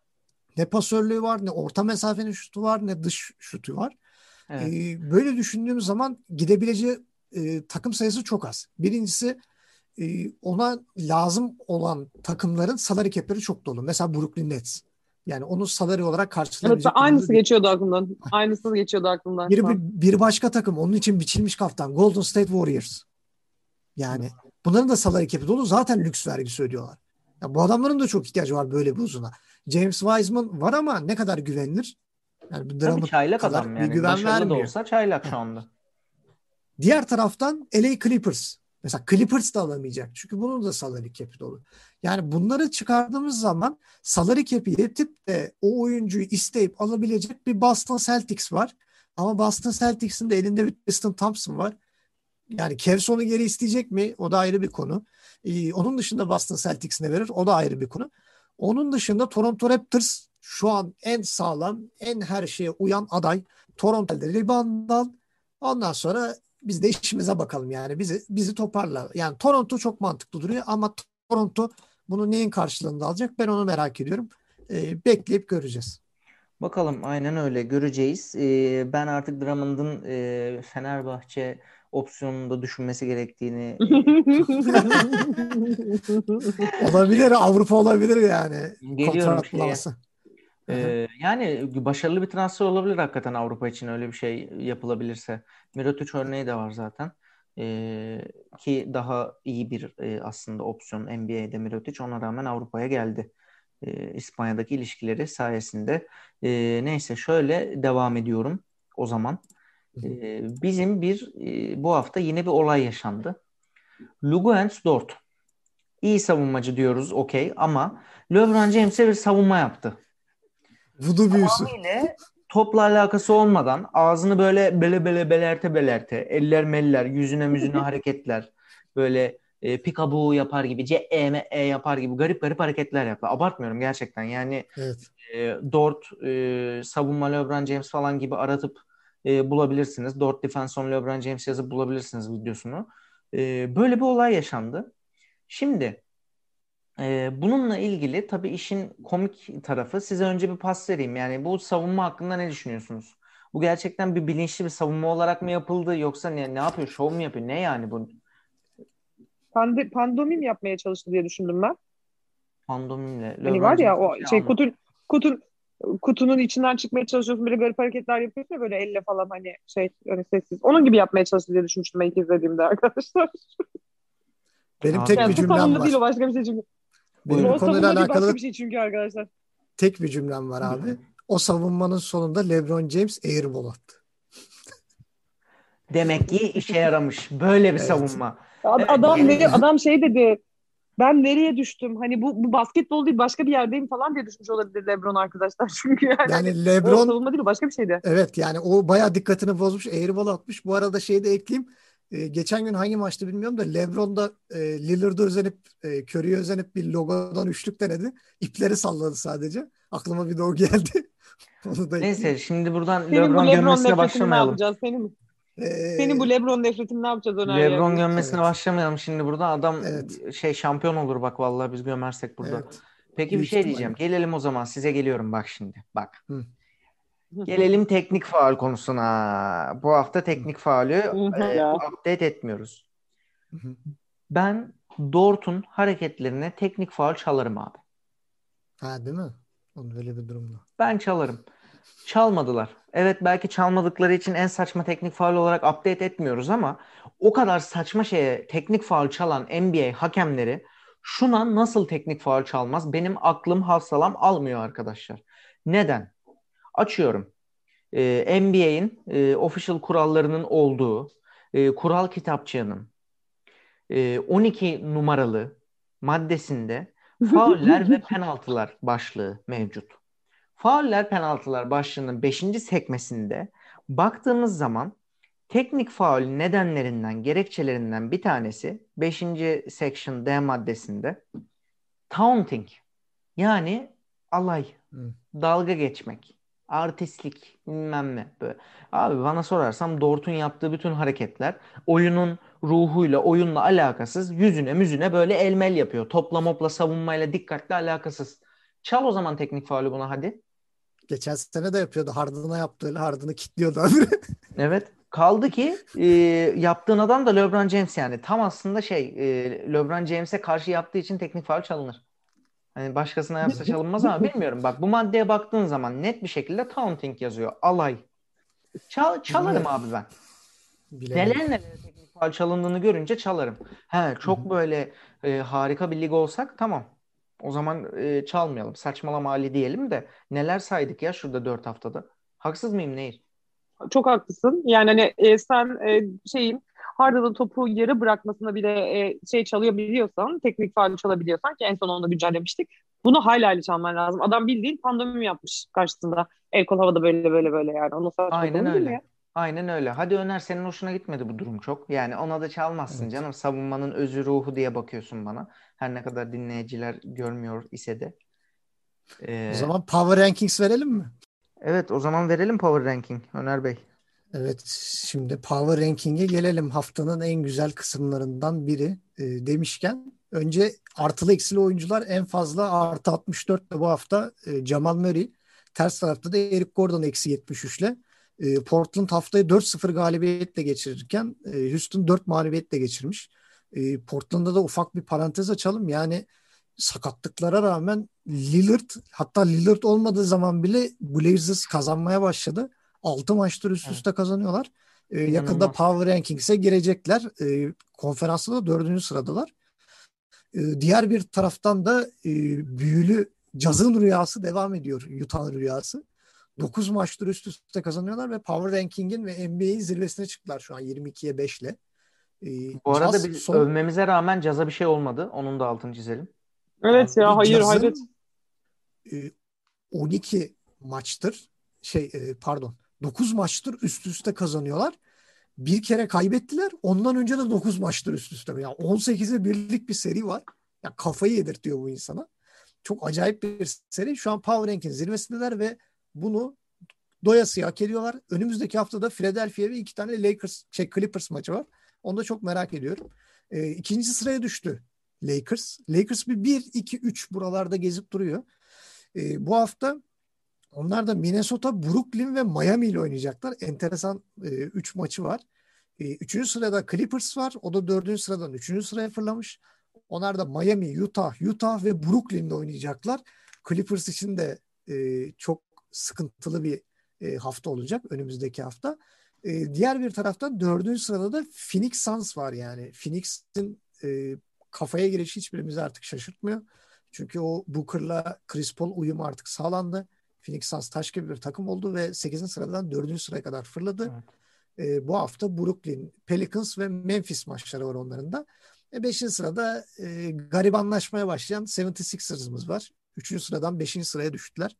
Ne pasörlüğü var, ne orta mesafenin şutu var, ne dış şutu var. Evet. Ee, böyle düşündüğümüz zaman gidebileceği e, takım sayısı çok az. Birincisi e, ona lazım olan takımların salary cap'leri çok dolu. Mesela Brooklyn Nets. Yani onu salary olarak Evet, karşılayabilecek aynısı durumda değil. geçiyordu aklımdan. Aynısı geçiyordu aklımdan Bir, şu bir, an. bir başka takım onun için biçilmiş kaftan. Golden State Warriors. Yani bunların da salary cap'i dolu. Zaten lüks vergisi ödüyorlar. Ya bu adamların da çok ihtiyacı var böyle bir uzuna. James Wiseman var ama ne kadar güvenilir? Yani bu Tabii Drummond çaylak kadar adam bir yani. güven Başarılı da vermiyor. olsa çaylak Heh. şu anda. Diğer taraftan L A Clippers. Mesela Clippers da alamayacak. Çünkü bunun da salary cap'i dolu. Yani bunları çıkardığımız zaman salary cap'i yetip de o oyuncuyu isteyip alabilecek bir Boston Celtics var. Ama Boston Celtics'in de elinde bir Tristan Thompson var. Yani Cavs onu geri isteyecek mi? O da ayrı bir konu. Ee, onun dışında Boston Celtics ne verir? O da ayrı bir konu. Onun dışında Toronto Raptors şu an en sağlam, en her şeye uyan aday. Toronto'da rebound al. Ondan sonra biz de işimize bakalım yani. Bizi bizi toparla. Yani Toronto çok mantıklı duruyor ama Toronto bunu neyin karşılığında alacak? Ben onu merak ediyorum. Ee, bekleyip göreceğiz. Bakalım, aynen öyle göreceğiz. Ee, ben artık Drummond'un e, Fenerbahçe opsiyonunu da düşünmesi gerektiğini Olabilir, Avrupa olabilir yani. e, geliyorum Kontrat şeye. bulamazsa. Ee, yani başarılı bir transfer olabilir hakikaten Avrupa için, öyle bir şey yapılabilirse. Mirotic örneği de var zaten. Ee, ki daha iyi bir e, aslında opsiyon N B A'de Mirotic. Ona rağmen Avrupa'ya geldi. Ee, İspanya'daki ilişkileri sayesinde. Ee, neyse, şöyle devam ediyorum o zaman. Ee, bizim bir e, bu hafta yine bir olay yaşandı. Luguentz Dort. İyi savunmacı diyoruz, okey, ama LeBron James'e bir savunma yaptı. Vudu büyüsü. Tamamıyla topla alakası olmadan ağzını böyle bele bele belerte belerte, eller meller, yüzüne müzüne hareketler, böyle e, peekaboo yapar gibi, C E M E yapar gibi garip garip hareketler yaptı. Abartmıyorum gerçekten. Yani Evet. e, Dort e, savunma LeBron James falan gibi aratıp e, bulabilirsiniz. Dort defense on LeBron James yazıp bulabilirsiniz videosunu. E, böyle bir olay yaşandı. Şimdi Ee, bununla ilgili tabii işin komik tarafı, size önce bir pas vereyim. Yani bu savunma hakkında ne düşünüyorsunuz? Bu gerçekten bir bilinçli bir savunma olarak mı yapıldı, yoksa ne, ne yapıyor? Şov mu yapıyor? Ne yani bu? Pandi, pandomim yapmaya çalıştı diye düşündüm ben. Fandomimle Hani LeBron var ya James bir o şey şey almadı. kutu, kutu, kutunun içinden çıkmaya çalışıyorsun, böyle garip hareketler yapıyorsun ya, böyle elle falan, hani şey, hani sessiz. Onun gibi yapmaya çalıştı diye düşünmüştüm ben ilk izlediğimde arkadaşlar. Benim tek Yani bir Abi, su cümlem savunma değil, o var. başka bir şey çünkü. Benim bu buyurun. O konuyla savunma değil, başka alakalı bir şey çünkü arkadaşlar. tek bir cümlem var abi. O savunmanın sonunda LeBron James airball attı. Demek ki işe yaramış. Böyle bir Evet. savunma. Ad- Evet, Adam gelelim. ne, adam şey dedi. Ben nereye düştüm? Hani bu, bu basketbol değil, başka bir yerdeyim falan diye düşmüş olabilir LeBron arkadaşlar. Çünkü yani hani Yani o LeBron, savunma değil, o başka bir şeydi. evet, yani o bayağı dikkatini bozmuş. Airball atmış. Bu arada şeyi de ekleyeyim. Ee, geçen gün hangi maçtı bilmiyorum da LeBron da e, Lillard'a özenip e, Curry'e özenip bir logodan üçlük denedi. İpleri salladı sadece. Aklıma bir de o geldi. Onu da Neyse, ekleyeyim. şimdi buradan Senin bu LeBron LeBron gömmesine nefretini ne başlamayalım. yapacağız? Senin, senin bu Ee, LeBron nefretini ne yapacağız Öner LeBron Yavuz? gömmesine evet. başlamayalım şimdi burada. Adam Evet. şey şampiyon olur bak, vallahi biz gömersek burada. Evet. Peki, bir Büyük şey diyeceğim. ihtimalle. Gelelim o zaman, size geliyorum bak şimdi. Bak. Hı, Gelelim teknik faul konusuna. Bu hafta hı, teknik faulü e, Ya. update etmiyoruz. hı. Ben Dort'un hareketlerine teknik faul çalarım abi. Ha, değil mi? Onun öyle bir durumda. Ben çalarım. Çalmadılar. Evet, belki çalmadıkları için en saçma teknik faul olarak update etmiyoruz ama o kadar saçma şeye teknik faul çalan N B A hakemleri şuna nasıl teknik faul çalmaz? Benim aklım hafsalam almıyor arkadaşlar. Neden? Açıyorum. Ee, N B A'in e, official kurallarının olduğu e, kural kitapçığının e, on iki numaralı maddesinde fauller ve penaltılar başlığı mevcut. Fauller, penaltılar başlığının beşinci sekmesinde baktığımız zaman teknik faul nedenlerinden, gerekçelerinden bir tanesi beşinci section D maddesinde taunting, yani alay, Hı. dalga geçmek, artistlik, bilmem ne böyle. Abi, bana sorarsan Dort'un yaptığı bütün hareketler oyunun ruhuyla, oyunla alakasız, yüzüne müzüne böyle elmel yapıyor. Topla mopla savunmayla dikkatli alakasız. Çal o zaman teknik faulü buna hadi. Geçen sene de yapıyordu. Harden'a yaptı öyle. Harden'ı kilitliyordu. Evet. Kaldı ki e, yaptığın adam da LeBron James yani. Tam aslında şey e, LeBron James'e karşı yaptığı için teknik faul çalınır. Hani başkasına yapsa çalınmaz ama bilmiyorum. Bak bu maddeye baktığın zaman net bir şekilde taunting yazıyor. Alay. Çal, çalarım Bilmiyorum. abi ben. Bilemedim. Neler neler teknik faul çalındığını görünce çalarım. He, çok böyle e, harika bir lig olsak tamam. O zaman e, çalmayalım. Saçmalama Ali diyelim de neler saydık ya şurada dört haftada. Haksız mıyım Nehir? Çok haklısın. Yani hani e, sen e, şeyin Harden'ın topu yarı bırakmasına bile e, şey çalıyor biliyorsan, teknik faul çalabiliyorsan ki en son onu da güncellemiştik. Bunu hala hala çalman lazım. Adam bildiğin pandomim yapmış karşısında. El kol havada böyle böyle böyle yani. Onun Aynen saçmalığını bilmiyor. öyle. Aynen öyle. Hadi Öner senin hoşuna gitmedi bu durum çok. Yani ona da çalmazsın Evet. canım. Savunmanın özü ruhu diye bakıyorsun bana. Her ne kadar dinleyiciler görmüyor ise de. O Ee, zaman Power Rankings verelim mi? evet o zaman verelim Power Ranking Öner Bey. Evet, şimdi Power Ranking'e gelelim. Haftanın en güzel kısımlarından biri e, demişken önce artılı eksili oyuncular en fazla artı altmış dört ile bu hafta e, Jamal Murray. Ters tarafta da Eric Gordon eksi yetmiş üç ile. E, Portland haftayı dört sıfır galibiyetle geçirirken e, Houston dört mağlubiyetle geçirmiş. E, Portland'da da ufak bir parantez açalım. Yani sakatlıklara rağmen Lillard, hatta Lillard olmadığı zaman bile Blazers kazanmaya başladı. altı maçtır üst Evet. üste kazanıyorlar. Ee, yakında İnanılmaz. Power Rankings'e girecekler. Ee, konferansta da dördüncü sıradalar. Ee, diğer bir taraftan da e, büyülü Caz'ın rüyası devam ediyor. Utah'ın rüyası. dokuz maçtır üst üste kazanıyorlar ve Power Ranking'in ve N B A'in zirvesine çıktılar şu an yirmi ikiye beş ile. Ee, Bu arada Caz biz son övmemize rağmen Caz'a bir şey olmadı. Onun da altını çizelim. Evet ya, abi hayır hayret. Caz'ın e, on iki maçtır şey e, pardon dokuz maçtır üst üste kazanıyorlar. Bir kere kaybettiler. Ondan önce de dokuz maçtır üst üste. Yani on sekize birlik bir seri var. Ya kafayı yedirtiyor bu insana. Çok acayip bir seri. Şu an Power Rank'in zirvesindeler ve bunu doyasıya hak ediyorlar. Önümüzdeki haftada Philadelphia ve iki tane Lakers, şey Clippers maçı var. Onu da çok merak ediyorum. E, ikinci sıraya düştü Lakers. Lakers bir bir iki üç buralarda gezip duruyor. E, bu hafta onlar da Minnesota, Brooklyn ve Miami ile oynayacaklar. Enteresan üç e, maçı var. E, üçüncü sırada Clippers var. O da dördüncü sıradan üçüncü sıraya fırlamış. Onlar da Miami, Utah, Utah ve Brooklyn'de oynayacaklar. Clippers için de e, çok sıkıntılı bir e, hafta olacak önümüzdeki hafta. E, diğer bir taraftan dördüncü sırada da Phoenix Suns var yani. Phoenix'in e, kafaya girişi hiçbirimizi artık şaşırtmıyor. Çünkü o Booker'la Chris Paul uyumu artık sağlandı. Phoenix Suns taş gibi bir takım oldu ve sekizinci sıradan dördüncü sıraya kadar fırladı. Evet. E, bu hafta Brooklyn, Pelicans ve Memphis maçları var onların da. E, beşinci sırada e, garibanlaşmaya başlayan yetmiş altılarımız var. Üçüncü sıradan beşinci sıraya düştüler.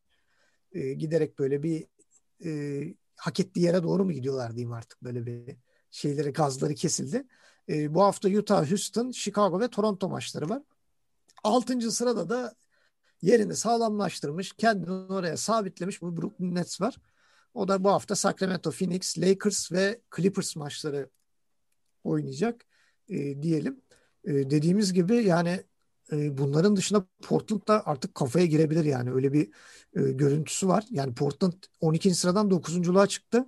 E, giderek böyle bir e, hak ettiği yere doğru mu gidiyorlar diyeyim artık, böyle bir şeyleri, gazları kesildi. E, bu hafta Utah, Houston, Chicago ve Toronto maçları var. Altıncı sırada da yerini sağlamlaştırmış, kendini oraya sabitlemiş bu Brooklyn Nets var. O da bu hafta Sacramento, Phoenix, Lakers ve Clippers maçları oynayacak e, diyelim. E, dediğimiz gibi yani e, bunların dışında Portland da artık kafaya girebilir yani. Öyle bir e, görüntüsü var. Yani Portland on ikinci sıradan dokuzunculuğa çıktı.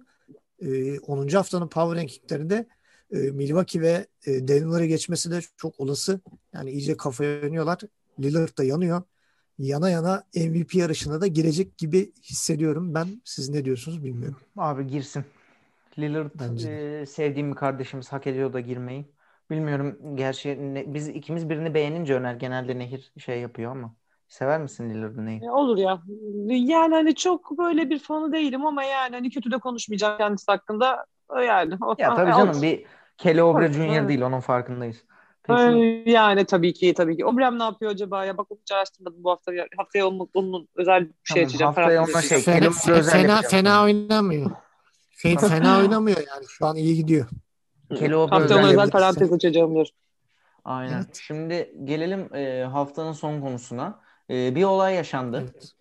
E, onuncu haftanın Power Ranking'lerinde e, Milwaukee ve e, Denver'ı geçmesi de çok olası. Yani iyice kafaya yanıyorlar. Lillard da yanıyor. Yana yana M V P yarışına da girecek gibi hissediyorum. Ben, siz ne diyorsunuz bilmiyorum. Abi girsin. Lillard Bence de. e, sevdiğim bir kardeşimiz hak ediyor da girmeyi. Bilmiyorum gerçi ne- biz ikimiz birini beğenince Öner genelde Nehir şey yapıyor ama. Sever misin Lillard'ı Nehir? E, olur ya. Yani hani çok böyle bir fanı değilim ama yani hani kötü de konuşmayacağım kendisi hakkında. E, Yani o, Ya tabii e, canım olur. bir Kelly Junior Evet. değil onun farkındayız. E, Peki Yani tabii ki tabii ki. Obrem ne yapıyor acaba ya? Bak onu hiç araştırmadım bu hafta. Haftaya onun, onun özel bir şey tamam açacağım. haftaya Parantez ona şey açacağım. Kelly Fena, Oubre fe- özel fena, yapacağım fena sana. oynamıyor. Fe- Sana Fena oynamıyor yani. Şu an iyi gidiyor. Kelly Oubre Haftaya özel ona özel yapacağım. Söyleyebilirsin. parantez açacağımdır. Aynen. Evet. Şimdi gelelim e, haftanın son konusuna. E, bir olay yaşandı. Evet.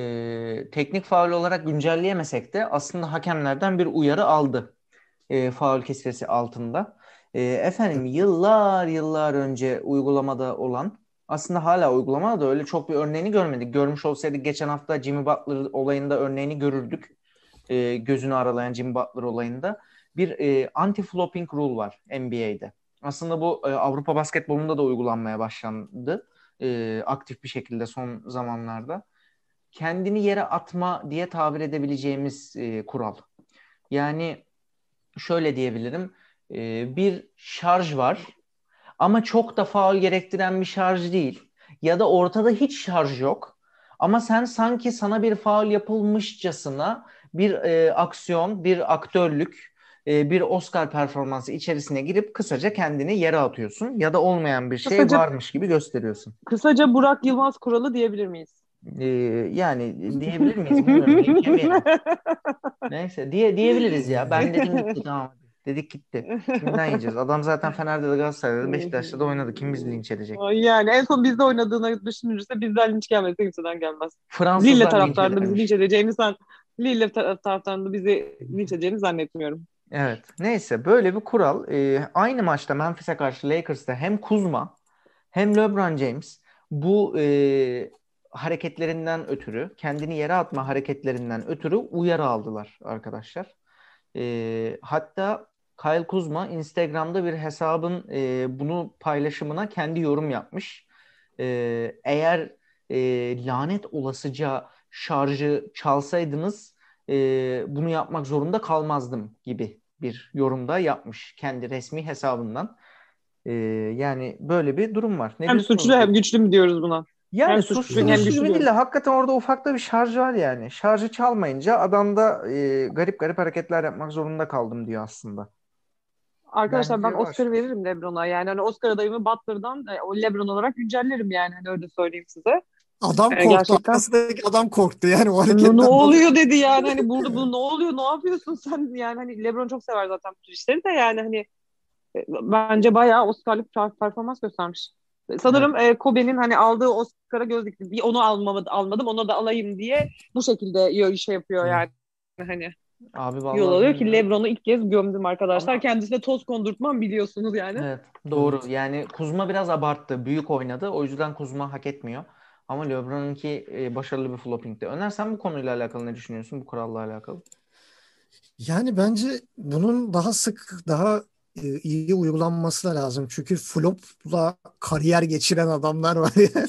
E, teknik faul olarak güncelleyemesek de aslında hakemlerden bir uyarı aldı. E, faul kisvesi altında. E, efendim Evet. yıllar yıllar önce uygulamada olan Aslında hala uygulamada da öyle çok bir örneğini görmedik. Görmüş olsaydık geçen hafta Jimmy Butler olayında örneğini görürdük. E, gözünü aralayan Jimmy Butler olayında. Bir e, anti-flopping rule var N B A'de. Aslında bu e, Avrupa basketbolunda da uygulanmaya başlandı. E, aktif bir şekilde son zamanlarda. Kendini yere atma diye tabir edebileceğimiz e, kural. Yani şöyle diyebilirim. E, bir şarj var ama çok da faul gerektiren bir şarj değil. Ya da ortada hiç şarj yok. Ama sen sanki sana bir faul yapılmışçasına bir e, aksiyon, bir aktörlük, e, bir Oscar performansı içerisine girip kısaca kendini yere atıyorsun. Ya da olmayan bir şey Kısaca varmış gibi gösteriyorsun. kısaca Burak Yılmaz kuralı diyebilir miyiz? E, Yani diyebilir miyiz bilmiyorum. Yemeyelim. Neyse diye diyebiliriz ya. Ben dedim gitti tamam. Dedik gitti. Kimden yiyeceğiz? Adam zaten Fener'de de Galatasaray'da da Beşiktaş'ta da oynadı. Kim bizi linç edecek? Yani en son bizde oynadığını düşünürse bizden linç gelmez. Kimseden gelmez. Lille Fransızlar linç taraftarında bizi edermiş. linç edeceğini sen Lille tar- taraftarında bizi linç edeceğini zannetmiyorum. Evet. Neyse böyle bir kural. Ee, aynı maçta Memphis'e karşı Lakers'ta hem Kuzma hem LeBron James bu e, hareketlerinden ötürü, kendini yere atma hareketlerinden ötürü uyarı aldılar arkadaşlar. E, hatta Kyle Kuzma Instagram'da bir hesabın e, bunu paylaşımına kendi yorum yapmış. E, eğer e, lanet olasıca şarjı çalsaydınız e, bunu yapmak zorunda kalmazdım gibi bir yorumda yapmış kendi resmi hesabından. E, Yani böyle bir durum var. Ne Hem diyorsunuz? suçlu hem güçlü mü diyoruz buna? Yani Hem suçlu suçlu hem suçlu güçlü gibi değil de diyoruz. hakikaten orada ufakta bir şarj var yani. Şarjı çalmayınca adam da e, garip garip hareketler yapmak zorunda kaldım diyor aslında. Arkadaşlar ben Bence var. Oscar'ı veririm LeBron'a. Yani hani Oscar adayımı Butler'dan e, o LeBron olarak güncellerim yani. Hani öyle söyleyeyim size. Adam E, korktu. gerçekten Arkasındaki adam korktu. Yani o ne, ne hareketten dolayı. oluyor dedi yani. Hani burada bu ne oluyor? Ne yapıyorsun sen? Yani hani LeBron çok sever zaten bu tür işleri de yani hani e, bence bayağı Oscar'lık per- performans göstermiş. Evet. Sanırım e, Kobe'nin hani aldığı Oscar'a göz dikti. Bir onu almamadı, almadım, onu da alayım diye bu şekilde yo- şey yapıyor yani. Hani Abi yol vallahi alıyor ki bilmiyorum. LeBron'u ilk kez gömdüm arkadaşlar. Ama Kendisine toz kondurtmam biliyorsunuz yani. evet doğru. Evet. Yani Kuzma biraz abarttı. Büyük oynadı. O yüzden Kuzma hak etmiyor. Ama LeBron'unki e, başarılı bir flopping'ti. Öner sen bu konuyla alakalı ne düşünüyorsun? Bu kuralla alakalı. Yani bence bunun daha sık, daha e, iyi uygulanması da lazım. Çünkü flopla kariyer geçiren adamlar var yani.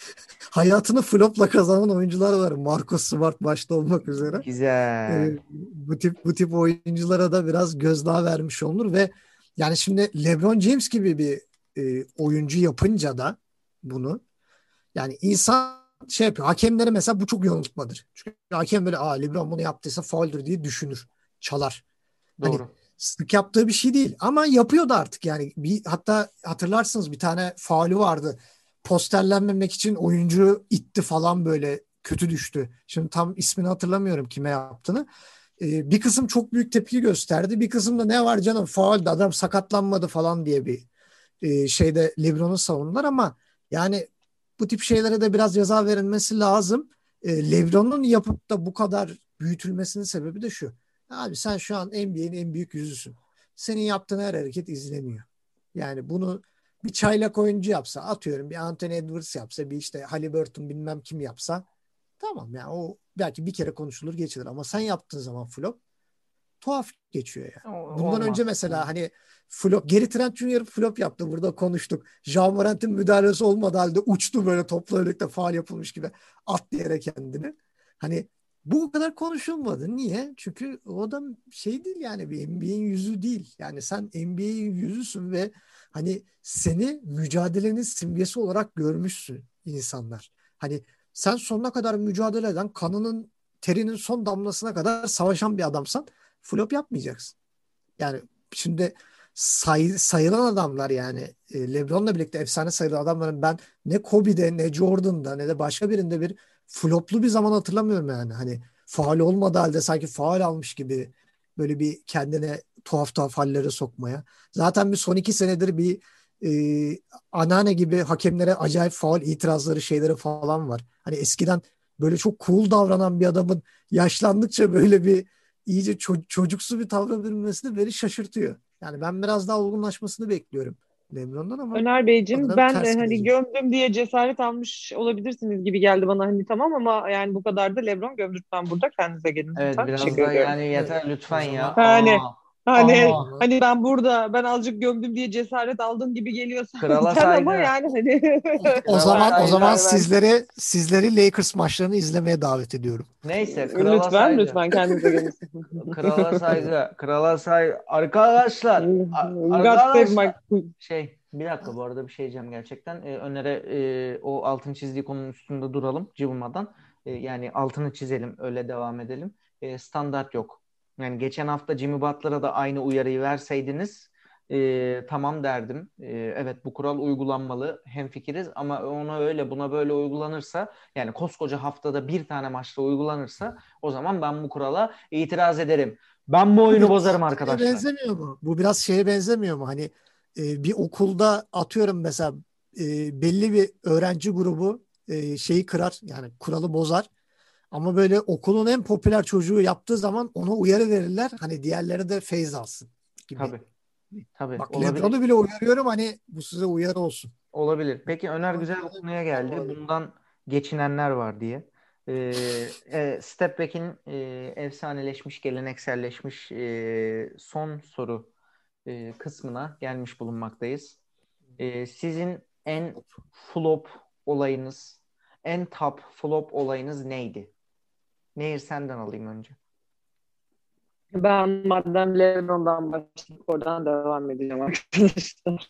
Hayatını flopla kazanan oyuncular var. Marcus Smart başta olmak üzere. E, Güzel. bu tip bu tip oyunculara da biraz gözdağı vermiş olunur ve yani şimdi LeBron James gibi bir e, oyuncu yapınca da bunu yani insan şey yapıyor. Hakemleri mesela bu çok yanıltmadır. Çünkü hakem böyle aa LeBron bunu yaptıysa fauldür diye düşünür. Çalar. Hani Doğru. sık yaptığı bir şey değil ama yapıyordu artık yani bir hatta hatırlarsınız bir tane faulü vardı. Posterlenmemek için oyuncu itti falan böyle kötü düştü. Şimdi tam ismini hatırlamıyorum kime yaptığını. Ee, bir kısım çok büyük tepki gösterdi. Bir kısım da ne var canım faulde adam sakatlanmadı falan diye bir e, şeyde LeBron'u savundular ama yani bu tip şeylere de biraz ceza verilmesi lazım. E, LeBron'un yapıp da bu kadar büyütülmesinin sebebi de şu. Abi sen şu an N B A'nin en büyük yüzüsün. Senin yaptığın her hareket izleniyor. Yani bunu bir çaylak oyuncu yapsa atıyorum bir Anthony Edwards yapsa bir işte Haliburton bilmem kim yapsa tamam yani o belki bir kere konuşulur geçilir ama sen yaptığın zaman flop tuhaf geçiyor yani. O- Bundan önce olmaz. mesela Evet. hani flop Gary Trent Junior flop yaptı. Burada konuştuk. Ja Morant'in müdahalesi olmadı halde uçtu böyle topla birlikte faul yapılmış gibi atlayarak kendini. Hani bu kadar konuşulmadı. Niye? Çünkü o da şey değil yani bir N B A'in yüzü değil. Yani sen N B A'in yüzüsün ve hani seni mücadelenin simgesi olarak görmüşsün insanlar. Hani sen sonuna kadar mücadele eden kanının terinin son damlasına kadar savaşan bir adamsan flop yapmayacaksın. Yani şimdi say, sayılan adamlar yani e, LeBron'la birlikte efsane sayılan adamların ben ne Kobe'de ne Jordan'da ne de başka birinde bir floplu bir zaman hatırlamıyorum yani. Hani faul olmadığı halde sanki faul almış gibi böyle bir kendine tuhaf tuhaf hallere sokmaya. Zaten bir son iki senedir bir e, anneanne gibi hakemlere acayip faul itirazları şeyleri falan var. Hani eskiden böyle çok cool davranan bir adamın yaşlandıkça böyle bir iyice ço- çocuksu bir tavra bürünmesi de beni şaşırtıyor. Yani ben biraz daha olgunlaşmasını bekliyorum LeBron'dan ama Öner Beyciğim, sanırım ben ters e, hani gidecek. gömdüm diye cesaret almış olabilirsiniz gibi geldi bana, hani tamam, ama yani bu kadar da LeBron gömdürtmem burada, kendinize gelin Evet, lütfen, biraz teşekkür da ediyorum. yani Evet. yeter lütfen O ya. zaman Yani Aa, hani o aa. zaman hani ben burada ben azıcık gömdüm diye cesaret aldın gibi geliyorsa Krala sen, ama saygı. yani hani o Krala zaman o verdiğim zaman saygı. karar verdim. sizleri sizleri Lakers maçlarını izlemeye davet ediyorum. Neyse, krala Lütfen saygı. lütfen kendinize gelin. Krala Evet. saygı. Krala saygı. Arkadaşlar. a- God save my Arkadaşlar. queen. Şey, bir dakika, bu arada bir şey diyeceğim gerçekten. Ee, Öner'e e, o altın çizdiği konunun üstünde duralım cıvımadan. E, yani altını çizelim, öyle devam edelim. E, standart yok. Yani geçen hafta Jimmy Butler'a da aynı uyarıyı verseydiniz e, tamam derdim. E, evet, bu kural uygulanmalı. Hemfikiriz, ama ona öyle buna böyle uygulanırsa, yani koskoca haftada bir tane maçta uygulanırsa, o zaman ben bu kurala itiraz ederim. Ben bu Bu oyunu biraz bozarım şeye arkadaşlar. benzemiyor mu? Bu biraz şeye benzemiyor mu? Hani e, bir okulda atıyorum mesela e, belli bir öğrenci grubu e, şeyi kırar yani kuralı bozar. Ama böyle okulun en popüler çocuğu yaptığı zaman ona uyarı verirler. Hani diğerleri de feyz alsın gibi. Tabii, tabii, Bak olabilir. LeBron'u bile uyarıyorum hani bu size uyarı olsun. Olabilir. Peki, Öner Ama güzel bir böyle bir konuya kural geldi. var yani. Bundan geçinenler var diye. Ee, e, Step Back'in e, efsaneleşmiş, gelenekselleşmiş e, son soru e, kısmına gelmiş bulunmaktayız. E, sizin en flop olayınız, en top flop olayınız neydi? Nehir, senden alayım önce. Ben madem LeBron'dan başladık, oradan devam edeceğim arkadaşlar.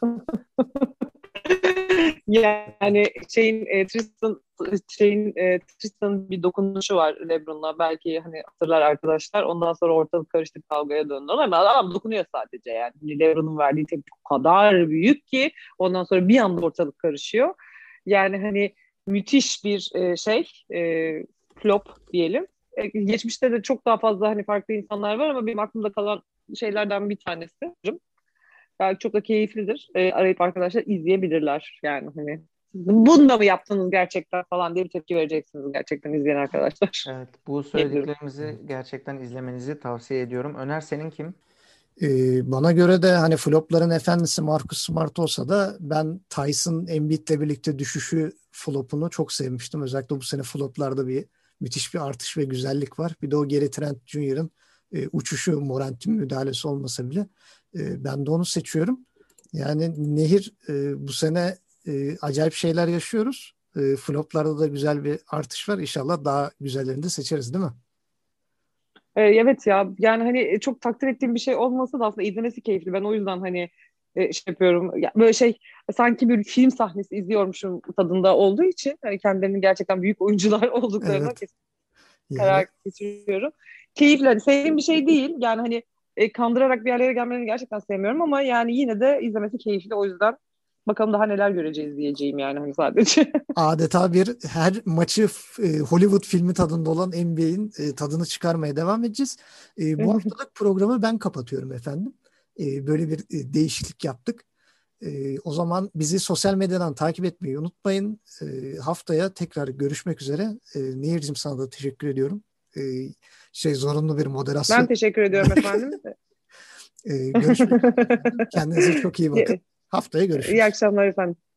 Yani şeyin e, Tristan şeyin e, Tristan'ın bir dokunuşu var LeBron'a, belki hani hatırlar arkadaşlar. Ondan sonra ortalık karıştı, kavgaya döndü. Ama adam dokunuyor sadece yani. Hani LeBron'un verdiği tepki o kadar büyük ki ondan sonra bir anda ortalık karışıyor. Yani hani müthiş bir e, şey e, flop diyelim. E, geçmişte de çok daha fazla hani farklı insanlar var, ama benim aklımda kalan şeylerden bir tanesi. Belki çok da keyiflidir. E, arayıp arkadaşlar izleyebilirler. Yani hani bunu da mı yaptınız gerçekten falan diye bir tepki vereceksiniz gerçekten izleyen arkadaşlar. Evet, bu Diyebilirim. söylediklerimizi gerçekten izlemenizi tavsiye ediyorum. Öner, senin kim? Ee, bana göre de hani flopların efendisi Marcus Smart olsa da ben Tyson Embiid'le birlikte düşüşü flopunu çok sevmiştim. Özellikle bu sene floplarda bir müthiş bir artış ve güzellik var. Bir de o Gary Trent Junior'ın e, uçuşu, Morant'in müdahalesi olmasa bile e, ben de onu seçiyorum. Yani Nehir e, bu sene e, acayip şeyler yaşıyoruz. E, floplarda da güzel bir artış var. İnşallah daha güzellerini de seçeriz değil mi? E, evet ya, yani hani çok takdir ettiğim bir şey olmasa da aslında izlemesi keyifli. Ben o yüzden hani e, şey yapıyorum. Ya, böyle şey, sanki bir film sahnesi izliyormuşum tadında olduğu için hani kendilerinin gerçekten büyük oyuncular olduklarına Evet. kesin Yani karar geçiriyorum. Keyifli. Hani sevdiğim bir şey değil. Yani hani e, kandırarak bir yerlere gelmelerini gerçekten sevmiyorum, ama yani yine de izlemesi keyifli. O yüzden bakalım daha neler göreceğiz diyeceğim yani hani sadece. adeta bir her maçı e, Hollywood filmi tadında olan N B A'in e, tadını çıkarmaya devam edeceğiz. E, bu haftalık programı ben kapatıyorum efendim. E, böyle bir e, değişiklik yaptık. E, o zaman bizi sosyal medyadan takip etmeyi unutmayın. E, haftaya tekrar görüşmek üzere. E, Nehir'cim sana da teşekkür ediyorum. E, şey zorunlu bir Ben moderasyon. teşekkür ediyorum efendim. E, görüşmek üzere efendim. Kendinize çok iyi bakın. İyi, Haftaya iyi görüşürüz. akşamlar efendim.